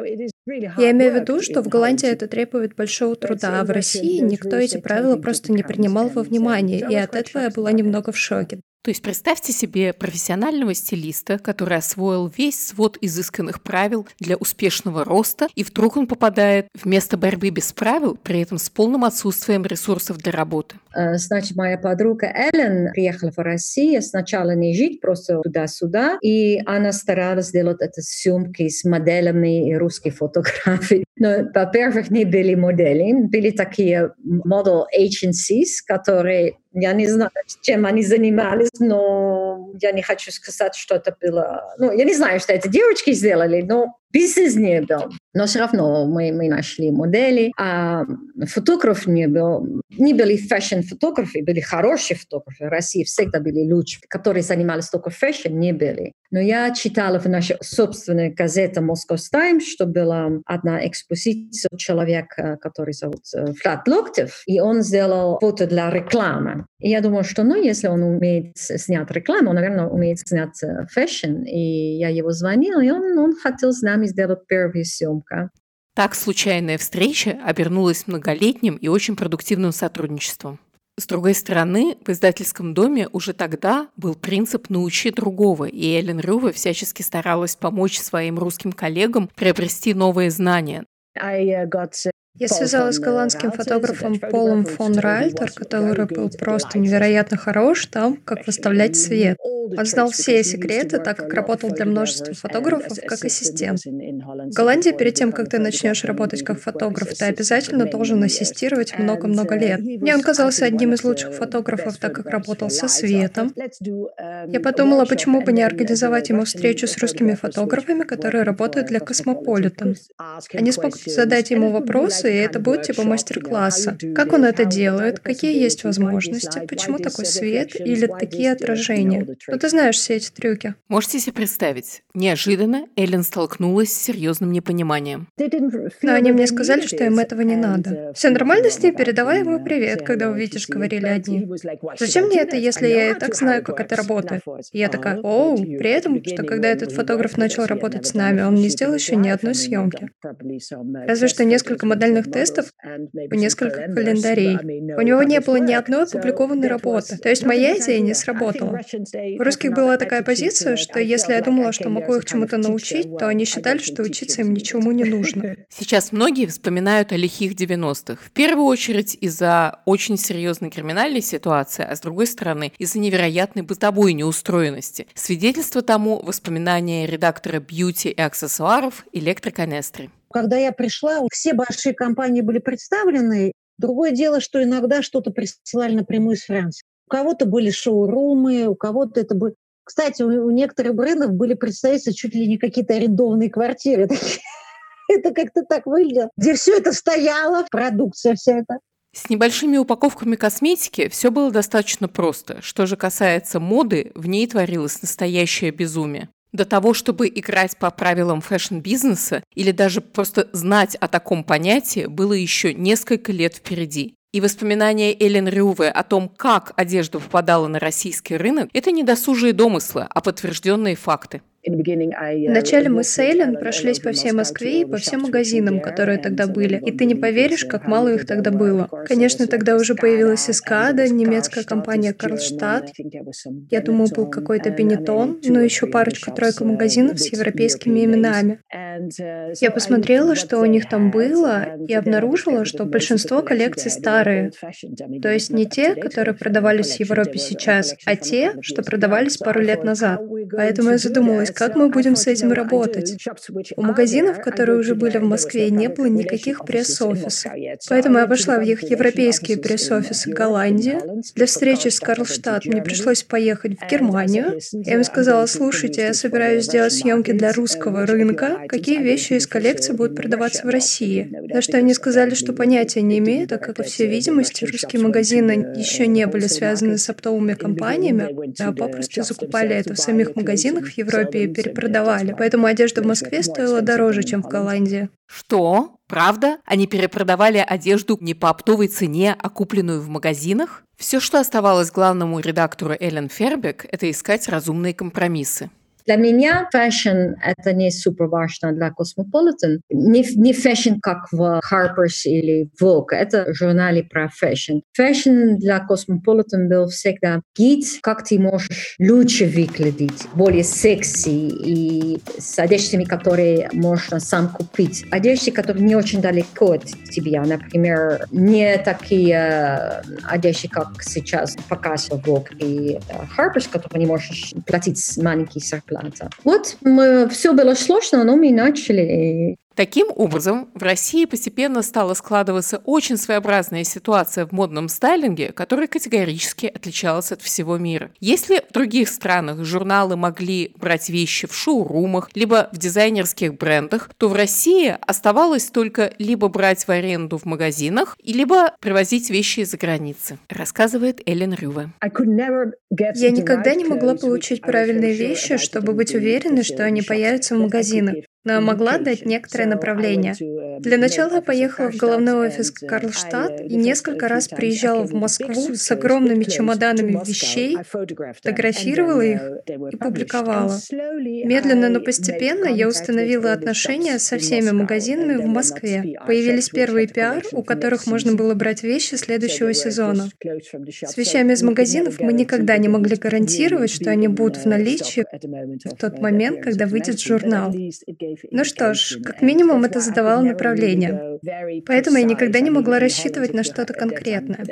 Я имею в виду, что в Голландии это требует большого труда, а в России никто эти правила просто не принимал во внимание, и от этого я была немного в шоке. То есть представьте себе профессионального стилиста, который освоил весь свод изысканных правил для успешного роста, и вдруг он попадает в место борьбы без правил, при этом с полным отсутствием ресурсов для работы. Значит, моя подруга Эллен приехала в Россию сначала не жить, просто туда-сюда, и она старалась делать это съемки с моделями и русские фотографии. Но, во-первых, не были модели, были такие model agencies, которые, я не знаю, чем они занимались, но я не хочу сказать, что это было... я не знаю, что эти девочки сделали, но бизнес не был. Но все равно мы нашли модели, а фотограф не был. Не были фэшн-фотографы, были хорошие фотографы. В России всегда были люди, которые занимались только фэшн, не были. Но я читала в нашей собственной газете «Moscow Times», что была одна экспозиция человека, который зовут Влад Локтев, и он сделал фото для рекламы. И я думаю, что если он умеет снять рекламу, он, наверное, умеет снять фэшн. И я его звонила, и он хотел с нами сделать первую съемку. Так случайная встреча обернулась многолетним и очень продуктивным сотрудничеством. С другой стороны, в издательском доме уже тогда был принцип «научи другого», и Эллен Рюве всячески старалась помочь своим русским коллегам приобрести новые знания. Я связалась с голландским фотографом Полом фон Ральтер, который был просто невероятно хорош там, как выставлять свет. Он знал все секреты, так как работал для множества фотографов как ассистент. В Голландии перед тем, как ты начнешь работать как фотограф, ты обязательно должен ассистировать много-много лет. Мне он казался одним из лучших фотографов, так как работал со светом. Я подумала, почему бы не организовать ему встречу с русскими фотографами, которые работают для Cosmopolitan. Они смогут задать ему вопросы, и это будет типа мастер-класса. Как он это делает, какие есть возможности, почему такой свет или такие отражения. Ты знаешь все эти трюки. Можете себе представить, неожиданно Эллен столкнулась с серьезным непониманием. Но они мне сказали, что им этого не надо. Все нормально с ней, передавай ему привет, когда увидишь, говорили одни. Зачем мне это, если я и так знаю, как это работает? И я такая: оу, при этом, что когда этот фотограф начал работать с нами, он не сделал еще ни одной съемки. Разве что несколько модельных тестов и несколько календарей. У него не было ни одной опубликованной работы. То есть моя идея не сработала. У русских была такая позиция, что если я думала, что могу их чему-то научить, то они считали, что учиться им ничему не нужно. Сейчас многие вспоминают о лихих 90-х. В первую очередь из-за очень серьезной криминальной ситуации, а с другой стороны, из-за невероятной бытовой неустроенности. Свидетельство тому — воспоминания редактора бьюти и аксессуаров Электро Канестри. Когда я пришла, все большие компании были представлены, Другое дело, что иногда что-то присылали напрямую из Франции. У кого-то были шоурумы, у кого-то это были... Кстати, у некоторых брендов были представители чуть ли не какие-то арендованные квартиры. Это как-то так выглядело. Где все это стояло, продукция вся эта. С небольшими упаковками косметики все было достаточно просто. Что же касается моды, в ней творилось настоящее безумие. До того, чтобы играть по правилам фэшн-бизнеса или даже просто знать о таком понятии, было еще несколько лет впереди. И воспоминания Эллен Рюве о том, как одежда попадала на российский рынок, это не досужие домыслы, а подтвержденные факты. Вначале мы с Эллен прошлись по всей Москве и по всем магазинам, которые тогда были. И ты не поверишь, как мало их тогда было. Конечно, тогда уже появилась Эскада, немецкая компания Карлштадт. Я думаю, был какой-то Бенетон, но еще парочка-тройка магазинов с европейскими именами. Я посмотрела, что у них там было, и обнаружила, что большинство коллекций старые. То есть не те, которые продавались в Европе сейчас, а те, что продавались пару лет назад. Поэтому я задумалась, как мы будем с этим работать? У магазинов, которые уже были в Москве, не было никаких пресс-офисов. Поэтому я пошла в их европейские пресс-офисы Голландии. Для встречи с Карлштадт мне пришлось поехать в Германию. Я им сказала: слушайте, я собираюсь сделать съемки для русского рынка. Какие вещи из коллекции будут продаваться в России? На что они сказали, что понятия не имеют, так как, по всей видимости, русские магазины еще не были связаны с оптовыми компаниями, а попросту закупали это в самих магазинах в Европе и перепродавали. Поэтому одежда в Москве стоила дороже, чем в Голландии. Что? Правда? Они перепродавали одежду не по оптовой цене, а купленную в магазинах? Все, что оставалось главному редактору Эллен Фербек, это искать разумные компромиссы. Для меня фэшн – это не супер важно для Cosmopolitan. Не фэшн, как в Harper's или Vogue. Это журналы про фэшн. Фэшн для Cosmopolitan был всегда гид, как ты можешь лучше выглядеть, более секси и с одеждами, которые можно сам купить. Одежды, которые не очень далеко от тебя. Например, не такие одежды, как сейчас показывают Vogue и Harper's, которые не можешь платить маленькие зарплаты. Вот все было сложно, но мы начали. Таким образом, в России постепенно стала складываться очень своеобразная ситуация в модном стайлинге, которая категорически отличалась от всего мира. Если в других странах журналы могли брать вещи в шоурумах, либо в дизайнерских брендах, то в России оставалось только либо брать в аренду в магазинах, либо привозить вещи из-за границы, рассказывает Эллен Рюве. Я никогда не могла получить правильные вещи, чтобы быть уверенной, что они появятся в магазинах. Но могла дать некоторое направление. Для начала я поехала в головной офис Карлштадт и несколько раз приезжала в Москву с огромными чемоданами вещей, фотографировала их и публиковала. Медленно, но постепенно я установила отношения со всеми магазинами в Москве. Появились первые пиар, у которых можно было брать вещи следующего сезона. С вещами из магазинов мы никогда не могли гарантировать, что они будут в наличии в тот момент, когда выйдет журнал. Ну что ж, как минимум это задавало направление. Поэтому я никогда не могла рассчитывать на что-то конкретное.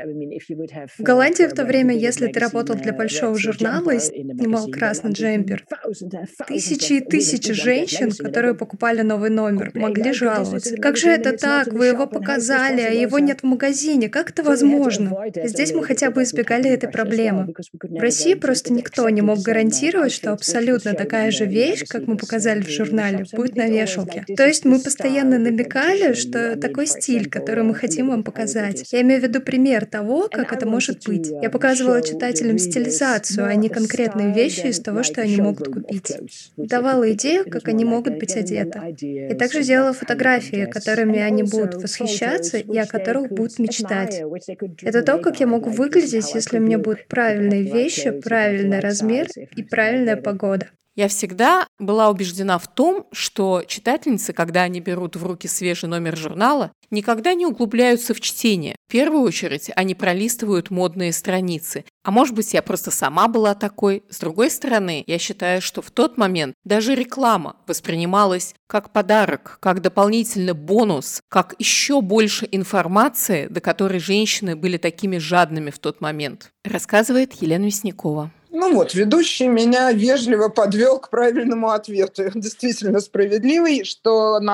В Голландии в то время, если ты работал для большого журнала и снимал красный джемпер, тысячи и тысячи женщин, которые покупали новый номер, могли жаловаться. Как же это так? Вы его показали, а его нет в магазине. Как это возможно? Здесь мы хотя бы избегали этой проблемы. В России просто никто не мог гарантировать, что абсолютно такая же вещь, как мы показали в журнале, будет на вешалке. То есть мы постоянно намекали, что такой стиль, который мы хотим вам показать. Я имею в виду пример того, как это может быть. Я показывала читателям стилизацию, а не конкретные вещи из того, что они могут купить. Давала идею, как они могут быть одеты. И также делала фотографии, которыми они будут восхищаться и о которых будут мечтать. Это то, как я могу выглядеть, если у меня будут правильные вещи, правильный размер и правильная погода. Я всегда была убеждена в том, что читательницы, когда они берут в руки свежий номер журнала, никогда не углубляются в чтение. В первую очередь они пролистывают модные страницы. А может быть, я просто сама была такой. С другой стороны, я считаю, что в тот момент даже реклама воспринималась как подарок, как дополнительный бонус, как еще больше информации, до которой женщины были такими жадными в тот момент, рассказывает Елена Мясникова. Ну вот, ведущий меня вежливо подвел к правильному ответу. Действительно справедливый, что народ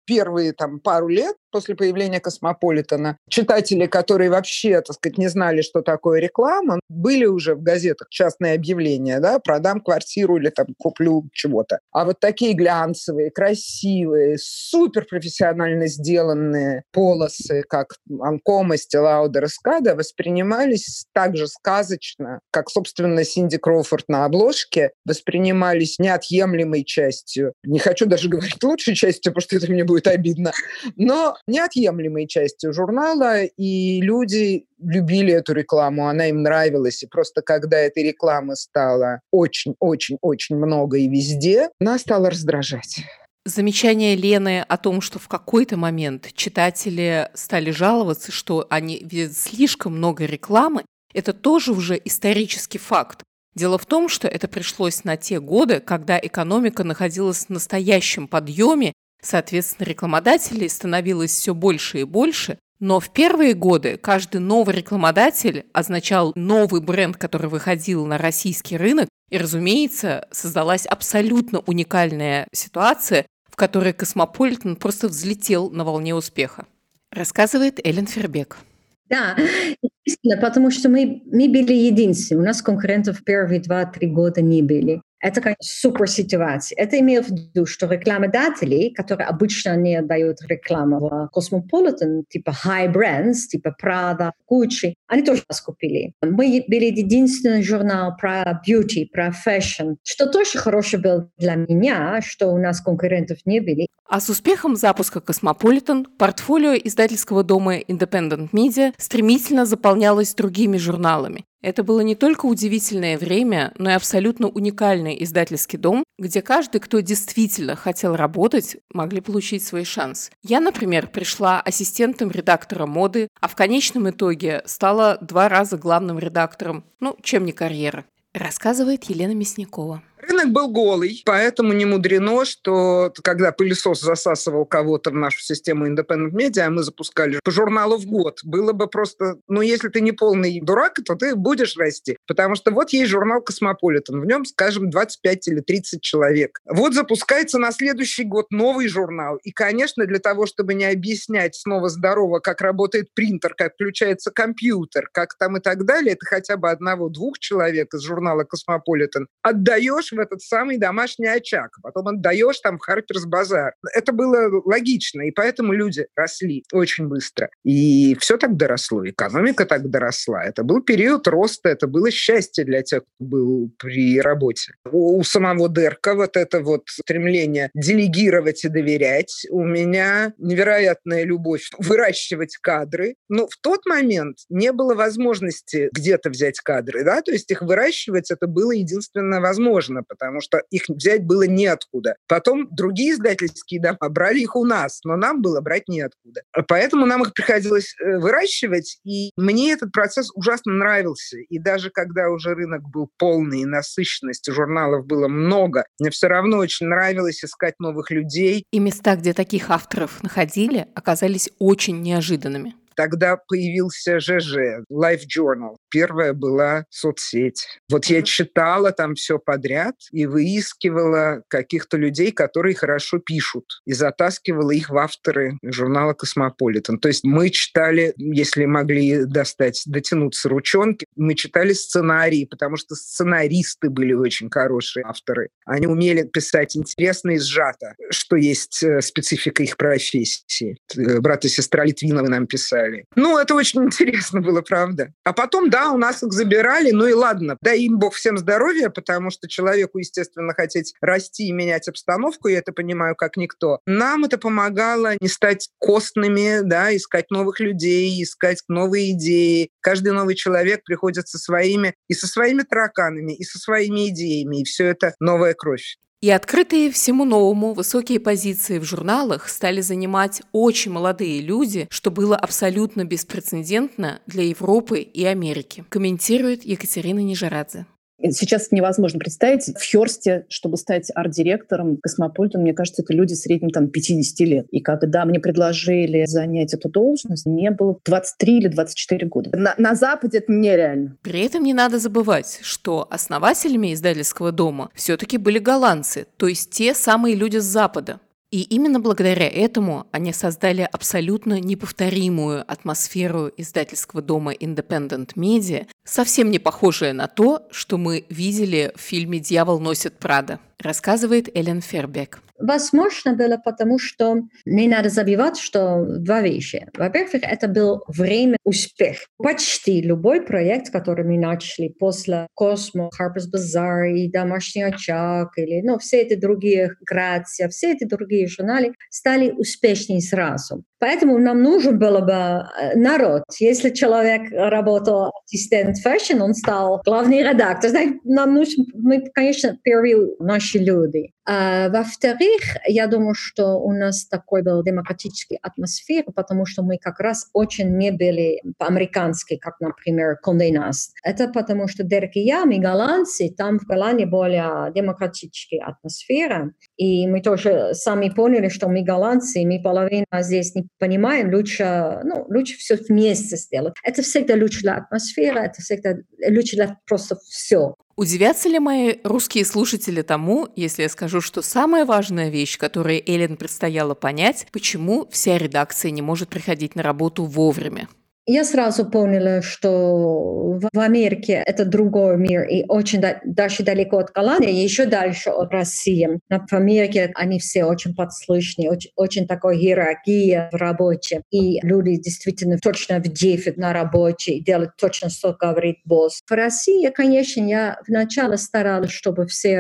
первые пару лет после появления «Космополитена» читатели, которые вообще, не знали, что такое реклама, были уже в газетах частные объявления, да, продам квартиру или куплю чего-то. А вот такие глянцевые, красивые, суперпрофессионально сделанные полосы, как «Анкома», «Стеллаудер» и «Скада», воспринимались так же сказочно, как, собственно, Синди Кроуфорд на обложке, воспринимались неотъемлемой частью. Не хочу даже говорить лучшей частью, потому что это мне будет обидно, но неотъемлемой частью журнала, и люди любили эту рекламу, она им нравилась, и просто когда этой рекламы стало очень-очень-очень много и везде, она стала раздражать. Замечание Лены о том, что в какой-то момент читатели стали жаловаться, что они видят слишком много рекламы, это тоже уже исторический факт. Дело в том, что это пришлось на те годы, когда экономика находилась в настоящем подъеме, соответственно, рекламодателей становилось все больше и больше, но в первые годы каждый новый рекламодатель означал новый бренд, который выходил на российский рынок, и, разумеется, создалась абсолютно уникальная ситуация, в которой «Космополитен» просто взлетел на волне успеха. Рассказывает Эллен Фербек. Да, естественно, потому что мы были единственными. У нас конкурентов первые 2-3 года не были. Это, конечно, супер ситуация. Это имеет в виду, что рекламодатели, которые обычно не отдают рекламу в Cosmopolitan, типа high brands, типа Prada, Gucci, они тоже нас купили. Мы были единственный журнал про beauty, про fashion, что тоже хороший был для меня, что у нас конкурентов не были. А с успехом запуска Cosmopolitan портфолио издательского дома Independent Media стремительно заполнялось другими журналами. Это было не только удивительное время, но и абсолютно уникальный издательский дом, где каждый, кто действительно хотел работать, могли получить свой шанс. Я, например, пришла ассистентом редактора моды, а в конечном итоге стала 2 раза главным редактором. Чем не карьера. Рассказывает Елена Мясникова. Рынок был голый, поэтому не мудрено, что когда пылесос засасывал кого-то в нашу систему Independent Media, а мы запускали по журналу в год, было бы просто, если ты не полный дурак, то ты будешь расти. Потому что вот есть журнал «Космополитен», в нем, скажем, 25 или 30 человек. Вот запускается на следующий год новый журнал. И, конечно, для того, чтобы не объяснять снова здорово, как работает принтер, как включается компьютер, как и так далее, это хотя бы 1-2 человек из журнала «Космополитен» отдаешь в этот самый домашний очаг, потом отдаешь в Харперс Базар. Это было логично, и поэтому люди росли очень быстро. И все так доросло, экономика так доросла. Это был период роста, это было счастье для тех, кто был при работе. У самого Дерка это стремление делегировать и доверять. У меня невероятная любовь выращивать кадры. Но в тот момент не было возможности где-то взять кадры, да, то есть их выращивать это было единственно возможно, потому что их взять было неоткуда. Потом другие издательские дома брали их у нас, но нам было брать неоткуда. Поэтому нам их приходилось выращивать, и мне этот процесс ужасно нравился. И даже когда уже рынок был полный, и насыщенности журналов было много, мне все равно очень нравилось искать новых людей. И места, где таких авторов находили, оказались очень неожиданными. Тогда появился ЖЖ, Life Journal. Первая была соцсеть. Я читала там все подряд и выискивала каких-то людей, которые хорошо пишут, и затаскивала их в авторы журнала «Космополитен». То есть мы читали, если могли дотянуться ручонки, мы читали сценарии, потому что сценаристы были очень хорошие авторы. Они умели писать интересно и сжато, что есть специфика их профессии. Брат и сестра Литвиновы нам писали. Это очень интересно было, правда. А потом, у нас их забирали, и ладно. Дай им Бог всем здоровья, потому что человеку, естественно, хотеть расти и менять обстановку, я это понимаю как никто. Нам это помогало не стать костными, искать новых людей, искать новые идеи. Каждый новый человек приходит со своими тараканами, и со своими идеями, и все это новая кровь. И открытые всему новому высокие позиции в журналах стали занимать очень молодые люди, что было абсолютно беспрецедентно для Европы и Америки, комментирует Екатерина Нижерадзе. Сейчас невозможно представить в Хёрсте, чтобы стать арт-директором Космополитен, мне кажется, это люди среднем 50 лет. И когда мне предложили занять эту должность, мне было 23 или 24 года. На Западе это нереально. При этом не надо забывать, что основателями издательского дома все-таки были голландцы, то есть те самые люди с Запада. И именно благодаря этому они создали абсолютно неповторимую атмосферу издательского дома Independent Media, совсем не похожая на то, что мы видели в фильме «Дьявол носит Прада», рассказывает Эллен Фербек. Возможно, было потому, что не надо забывать, что два вещи. Во-первых, это был время успеха. Почти любой проект, который мы начали после «Космо», «Harper's Bazaar» и «Домашний очаг», или все эти другие «Грация», все эти другие журналы стали успешнее сразу. Поэтому нам нужен был бы народ. Если человек работал ассистент фэшн, он стал главный редактор. Нам нужен, конечно, первые наши люди. Во-вторых, я думаю, что у нас такой был демократический атмосфера, потому что мы как раз очень не были по-американски, как, например, Condé Nast. Это потому что Дерек и я, мы голландцы, там в Голландии более демократическая атмосфера. И мы тоже сами поняли, что мы голландцы, мы половину здесь не понимаем, лучше все вместе сделать. Это всегда лучше для атмосферы, это всегда лучше для просто все. Удивятся ли мои русские слушатели тому, если я скажу, что самая важная вещь, которую Эллен предстояло понять, почему вся редакция не может приходить на работу вовремя? Я сразу поняла, что в Америке это другой мир и очень даже далеко от Голландии, и еще дальше от России. В Америке они все очень подслушны, очень такой иерархия в работе. И люди действительно точно в 9 на работе и делают точно, что говорит босс. В России, конечно, я вначале старалась, чтобы все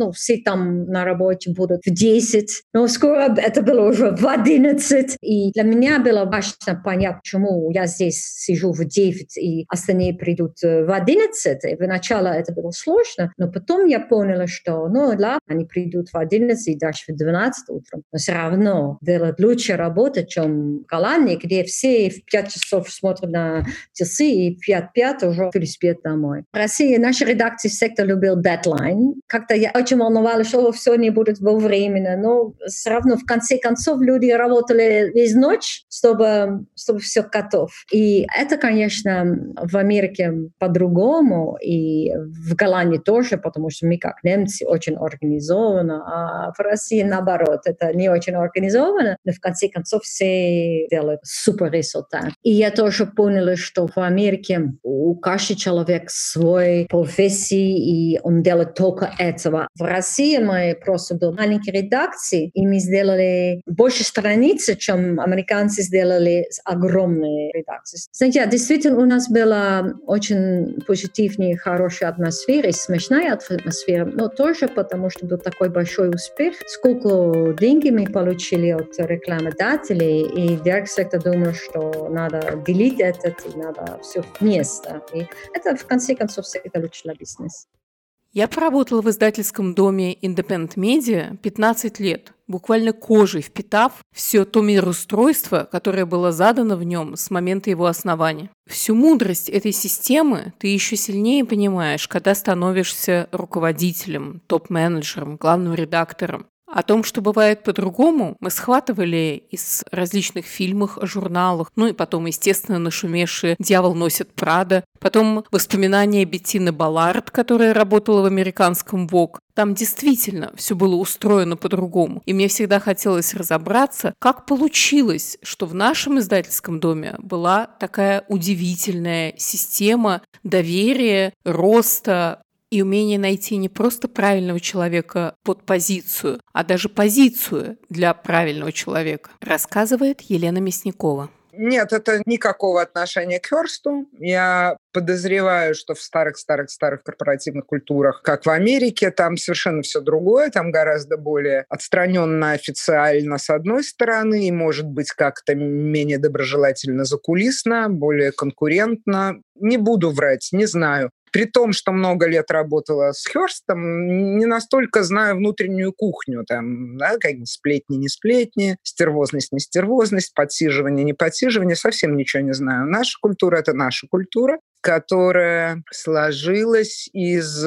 там на работе будут в 10, но скоро это было уже в 11. И для меня было важно понять, почему я здесь сижу в 9, и остальные придут в 11. И вначале это было сложно, но потом я поняла, что, ладно, они придут в 11 и даже в 12 утром, но все равно делают лучше работу, чем в Голландии, где все в 5 часов смотрят на часы, и в 5 уже спят домой. В России наша редакция всегда любила дедлайн. Как-то я очень волновалась, что все не будет вовремя, но все равно в конце концов люди работали весь ночь, чтобы все готов. И это, конечно, в Америке по-другому, и в Голландии тоже, потому что мы, как немцы, очень организованы, а в России, наоборот, это не очень организовано, но в конце концов все делают супер результат. И я тоже поняла, что в Америке у каждого человека свой профессии, и он делает только этого. В России мы просто были маленькие редакции, и мы сделали больше страниц, чем американцы сделали с огромной редакцией. Знаете, действительно, у нас была очень позитивная, хорошая атмосфера, смешная атмосфера, но тоже потому, что был такой большой успех. Сколько денег мы получили от рекламодателей, и Дерек всегда думал, что надо делить это, и надо все вместе. И это, в конце концов, всегда лучше для бизнеса. Я проработала в издательском доме Independent Media 15 лет, буквально кожей впитав все то мироустройство, которое было задано в нем с момента его основания. Всю мудрость этой системы ты еще сильнее понимаешь, когда становишься руководителем, топ-менеджером, главным редактором. О том, что бывает по-другому, мы схватывали из различных фильмов, журналов, и потом, естественно, нашумевшие «Дьявол носит Прада», потом воспоминания Беттины Баллард, которая работала в американском Vogue. Там действительно все было устроено по-другому. И мне всегда хотелось разобраться, как получилось, что в нашем издательском доме была такая удивительная система доверия, роста, и умение найти не просто правильного человека под позицию, а даже позицию для правильного человека, рассказывает Елена Мясникова. Нет, это никакого отношения к Хёрсту. Я подозреваю, что в старых корпоративных культурах, как в Америке, там совершенно все другое, там гораздо более отстраненно, официально с одной стороны, и, может быть, как-то менее доброжелательно закулисно, более конкурентно. Не буду врать, не знаю. При том, что много лет работала с Хёрстом, не настолько знаю внутреннюю кухню. Какие-нибудь сплетни, не сплетни, стервозность, не стервозность, подсиживание, не подсиживание. Совсем ничего не знаю. Наша культура — это наша культура, которая сложилась из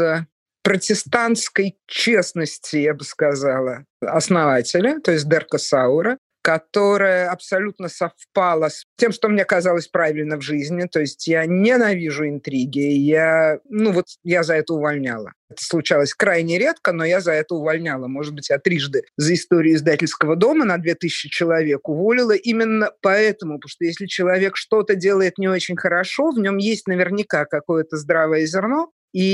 протестантской честности, я бы сказала, основателя, то есть Дерка Сауэра, которая абсолютно совпала с тем, что мне казалось правильно в жизни. То есть я ненавижу интриги. Я за это увольняла. Это случалось крайне редко, но я за это увольняла. Может быть, я трижды за историю издательского дома на 2000 человек уволила именно поэтому. Потому что если человек что-то делает не очень хорошо, в нем есть наверняка какое-то здравое зерно,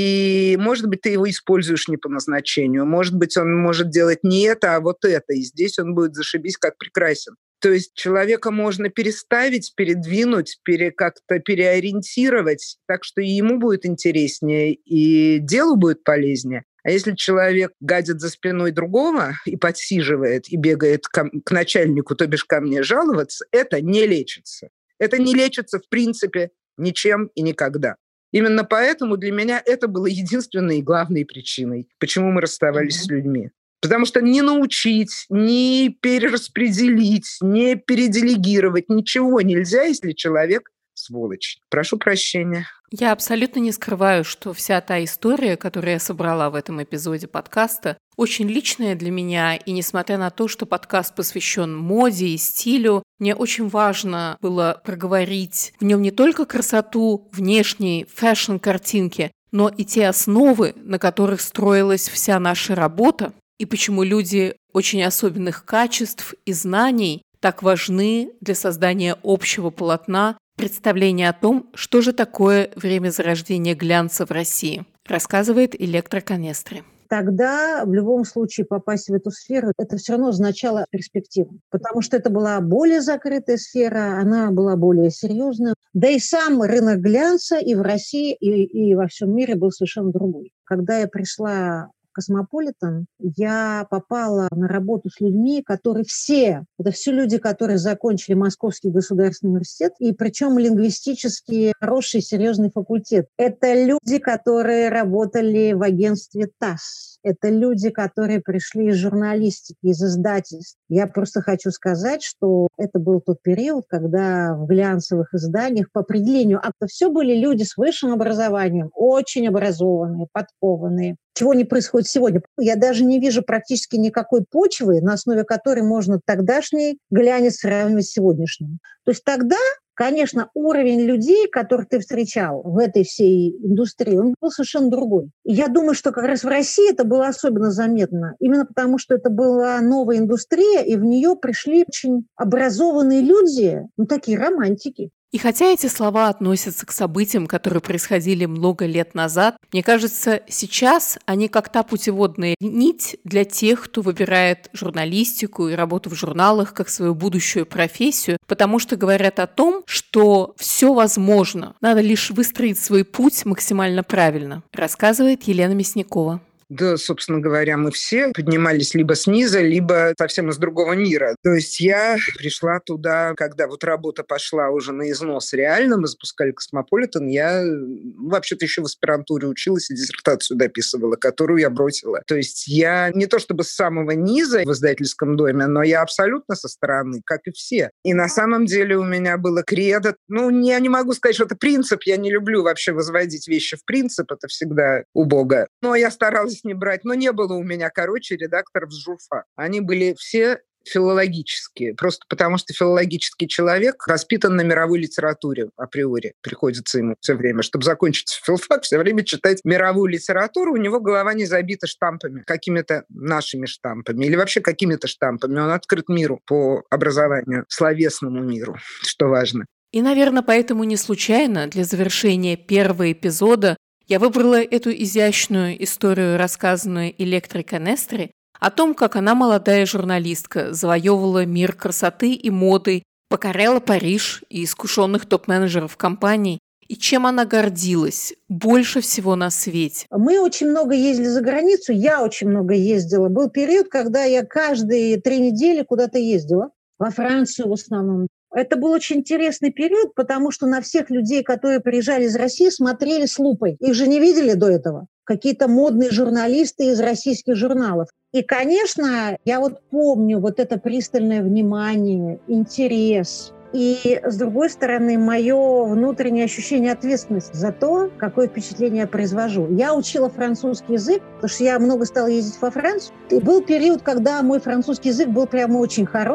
и, может быть, ты его используешь не по назначению. Может быть, он может делать не это, а вот это. И здесь он будет зашибись как прекрасен. То есть человека можно переставить, передвинуть, как-то переориентировать, так что и ему будет интереснее, и делу будет полезнее. А если человек гадит за спиной другого и подсиживает, и бегает к начальнику, то бишь ко мне жаловаться, это не лечится. Это не лечится, в принципе, ничем и никогда. Именно поэтому для меня это было единственной и главной причиной, почему мы расставались с людьми. Потому что не научить, не перераспределить, не переделегировать ничего нельзя, если человек сволочь. Прошу прощения. Я абсолютно не скрываю, что вся та история, которую я собрала в этом эпизоде подкаста, очень личная для меня, и несмотря на то, что подкаст посвящен моде и стилю, мне очень важно было проговорить в нем не только красоту внешней фэшн-картинки, но и те основы, на которых строилась вся наша работа, и почему люди очень особенных качеств и знаний так важны для создания общего полотна, представление о том, что же такое время зарождения глянца в России, рассказывает Электроканестри. Тогда в любом случае попасть в эту сферу, это все равно означало перспективу, потому что это была более закрытая сфера, она была более серьезная. Да и сам рынок глянца и в России, и во всем мире был совершенно другой. Когда я пришла Космополитен, я попала на работу с людьми, которые это все люди, которые закончили Московский государственный университет, и причем лингвистически хороший, серьезный факультет. Это люди, которые работали в агентстве ТАСС. Это люди, которые пришли из журналистики, из издательств. Я просто хочу сказать, что это был тот период, когда в глянцевых изданиях по определению все были люди с высшим образованием, очень образованные, подкованные. Чего не происходит сегодня. Я даже не вижу практически никакой почвы, на основе которой можно тогдашний глянец сравнивать с сегодняшним. То есть тогда, конечно, уровень людей, которых ты встречал в этой всей индустрии, он был совершенно другой. И я думаю, что как раз в России это было особенно заметно, именно потому что это была новая индустрия, и в нее пришли очень образованные люди, такие романтики. И хотя эти слова относятся к событиям, которые происходили много лет назад, мне кажется, сейчас они как та путеводная нить для тех, кто выбирает журналистику и работу в журналах как свою будущую профессию, потому что говорят о том, что все возможно, надо лишь выстроить свой путь максимально правильно, рассказывает Елена Мясникова. Да, собственно говоря, мы все поднимались либо снизу, либо совсем из другого мира. То есть я пришла туда, когда вот работа пошла уже на износ реально, мы запускали Космополитен, я вообще-то еще в аспирантуре училась и диссертацию дописывала, которую я бросила. То есть я не то чтобы с самого низа в издательском доме, но я абсолютно со стороны, как и все. И на самом деле у меня было кредо. Я не могу сказать, что это принцип, я не люблю вообще возводить вещи в принцип, это всегда убого. Но я старалась не брать, но не было у меня, редакторов с журфа. Они были все филологические, просто потому что филологический человек распитан на мировой литературе априори. Приходится ему все время, чтобы закончить филфак, все время читать мировую литературу. У него голова не забита штампами, какими-то нашими штампами или вообще какими-то штампами. Он открыт миру по образованию, словесному миру, что важно. И, наверное, поэтому не случайно для завершения первого эпизода я выбрала эту изящную историю, рассказанную Электроканестри, о том, как она, молодая журналистка, завоевывала мир красоты и моды, покоряла Париж и искушенных топ-менеджеров компаний, и чем она гордилась больше всего на свете. Мы очень много ездили за границу, я очень много ездила. Был период, когда я каждые 3 недели куда-то ездила, во Францию в основном. Это был очень интересный период, потому что на всех людей, которые приезжали из России, смотрели с лупой. Их же не видели до этого. Какие-то модные журналисты из российских журналов. И, конечно, я помню это пристальное внимание, интерес. И, с другой стороны, мое внутреннее ощущение ответственности за то, какое впечатление я произвожу. Я учила французский язык, потому что я много стала ездить во Францию. И был период, когда мой французский язык был прямо очень хорош.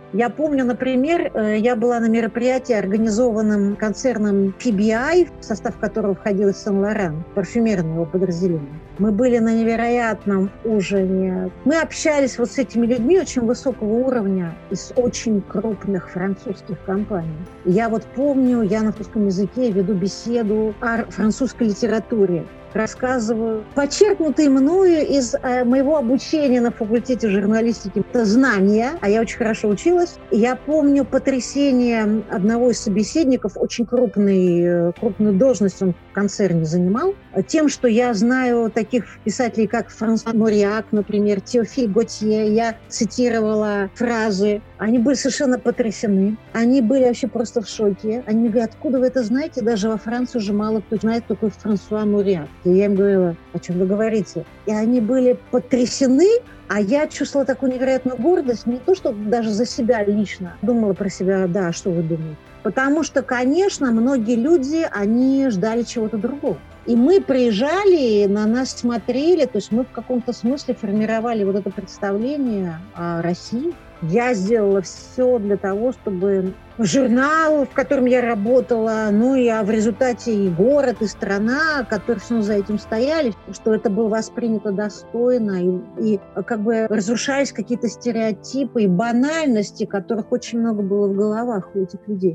Я помню, например, я была на мероприятии, организованном концерном PBI, в состав которого входил Сен-Лоран, парфюмерное его подразделение. Мы были на невероятном ужине. Мы общались вот с этими людьми очень высокого уровня из очень крупных французских компаний. Я вот помню, я на французском языке веду беседу о французской литературе. Рассказываю почерпнутые мною из моего обучения на факультете журналистики знания, а я очень хорошо училась. И я помню потрясение одного из собеседников, очень крупную должность он в концерне занимал, тем, что я знаю таких писателей, как Франсуа Моряк, например, Теофиль Готье. Я цитировала фразы. Они были совершенно потрясены. Они были вообще просто в шоке. Они мне говорят: откуда вы это знаете? Даже во Франции уже мало кто знает, кто такой Франсуа Моряк. И я им говорила: о чем вы говорите? И они были потрясены, а я чувствовала такую невероятную гордость, не то, что даже за себя лично. Думала про себя: да, что вы думаете? Потому что, конечно, многие люди, они ждали чего-то другого. И мы приезжали, на нас смотрели, то есть мы в каком-то смысле формировали вот это представление о России. Я сделала все для того, чтобы журнал, в котором я работала, ну и в результате и город, и страна, которые все за этим стояли, что это было воспринято достойно, и как бы разрушались какие-то стереотипы и банальности, которых очень много было в головах у этих людей.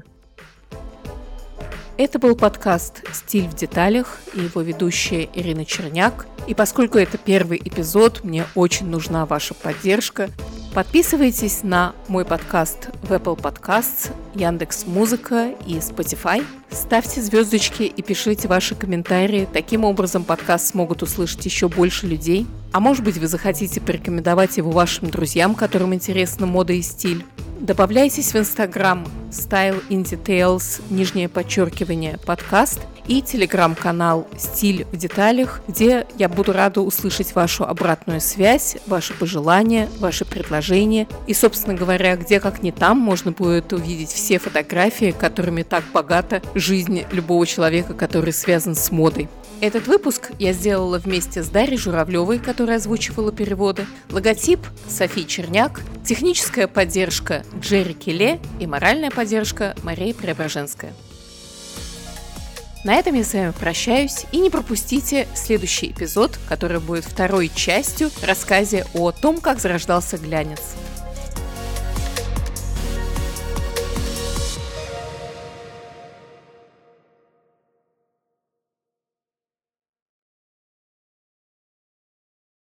Это был подкаст «Стиль в деталях» и его ведущая Ирина Черняк. И поскольку это первый эпизод, мне очень нужна ваша поддержка. Подписывайтесь на мой подкаст в Apple Podcasts, Яндекс.Музыка и Spotify. Ставьте звездочки и пишите ваши комментарии. Таким образом подкаст смогут услышать еще больше людей. А может быть, вы захотите порекомендовать его вашим друзьям, которым интересна мода и стиль. Добавляйтесь в Instagram Style in Details, _подкаст и телеграм-канал «Стиль в деталях», где я буду рада услышать вашу обратную связь, ваши пожелания, ваши предложения. И, собственно говоря, где как не там можно будет увидеть все фотографии, которыми так богата жизнь любого человека, который связан с модой. Этот выпуск я сделала вместе с Дарьей Журавлевой, которая озвучивала переводы, логотип Софии Черняк, техническая поддержка Джерри Келе и моральная поддержка Мария Преображенская. На этом я с вами прощаюсь, и не пропустите следующий эпизод, который будет второй частью в рассказе о том, как зарождался глянец.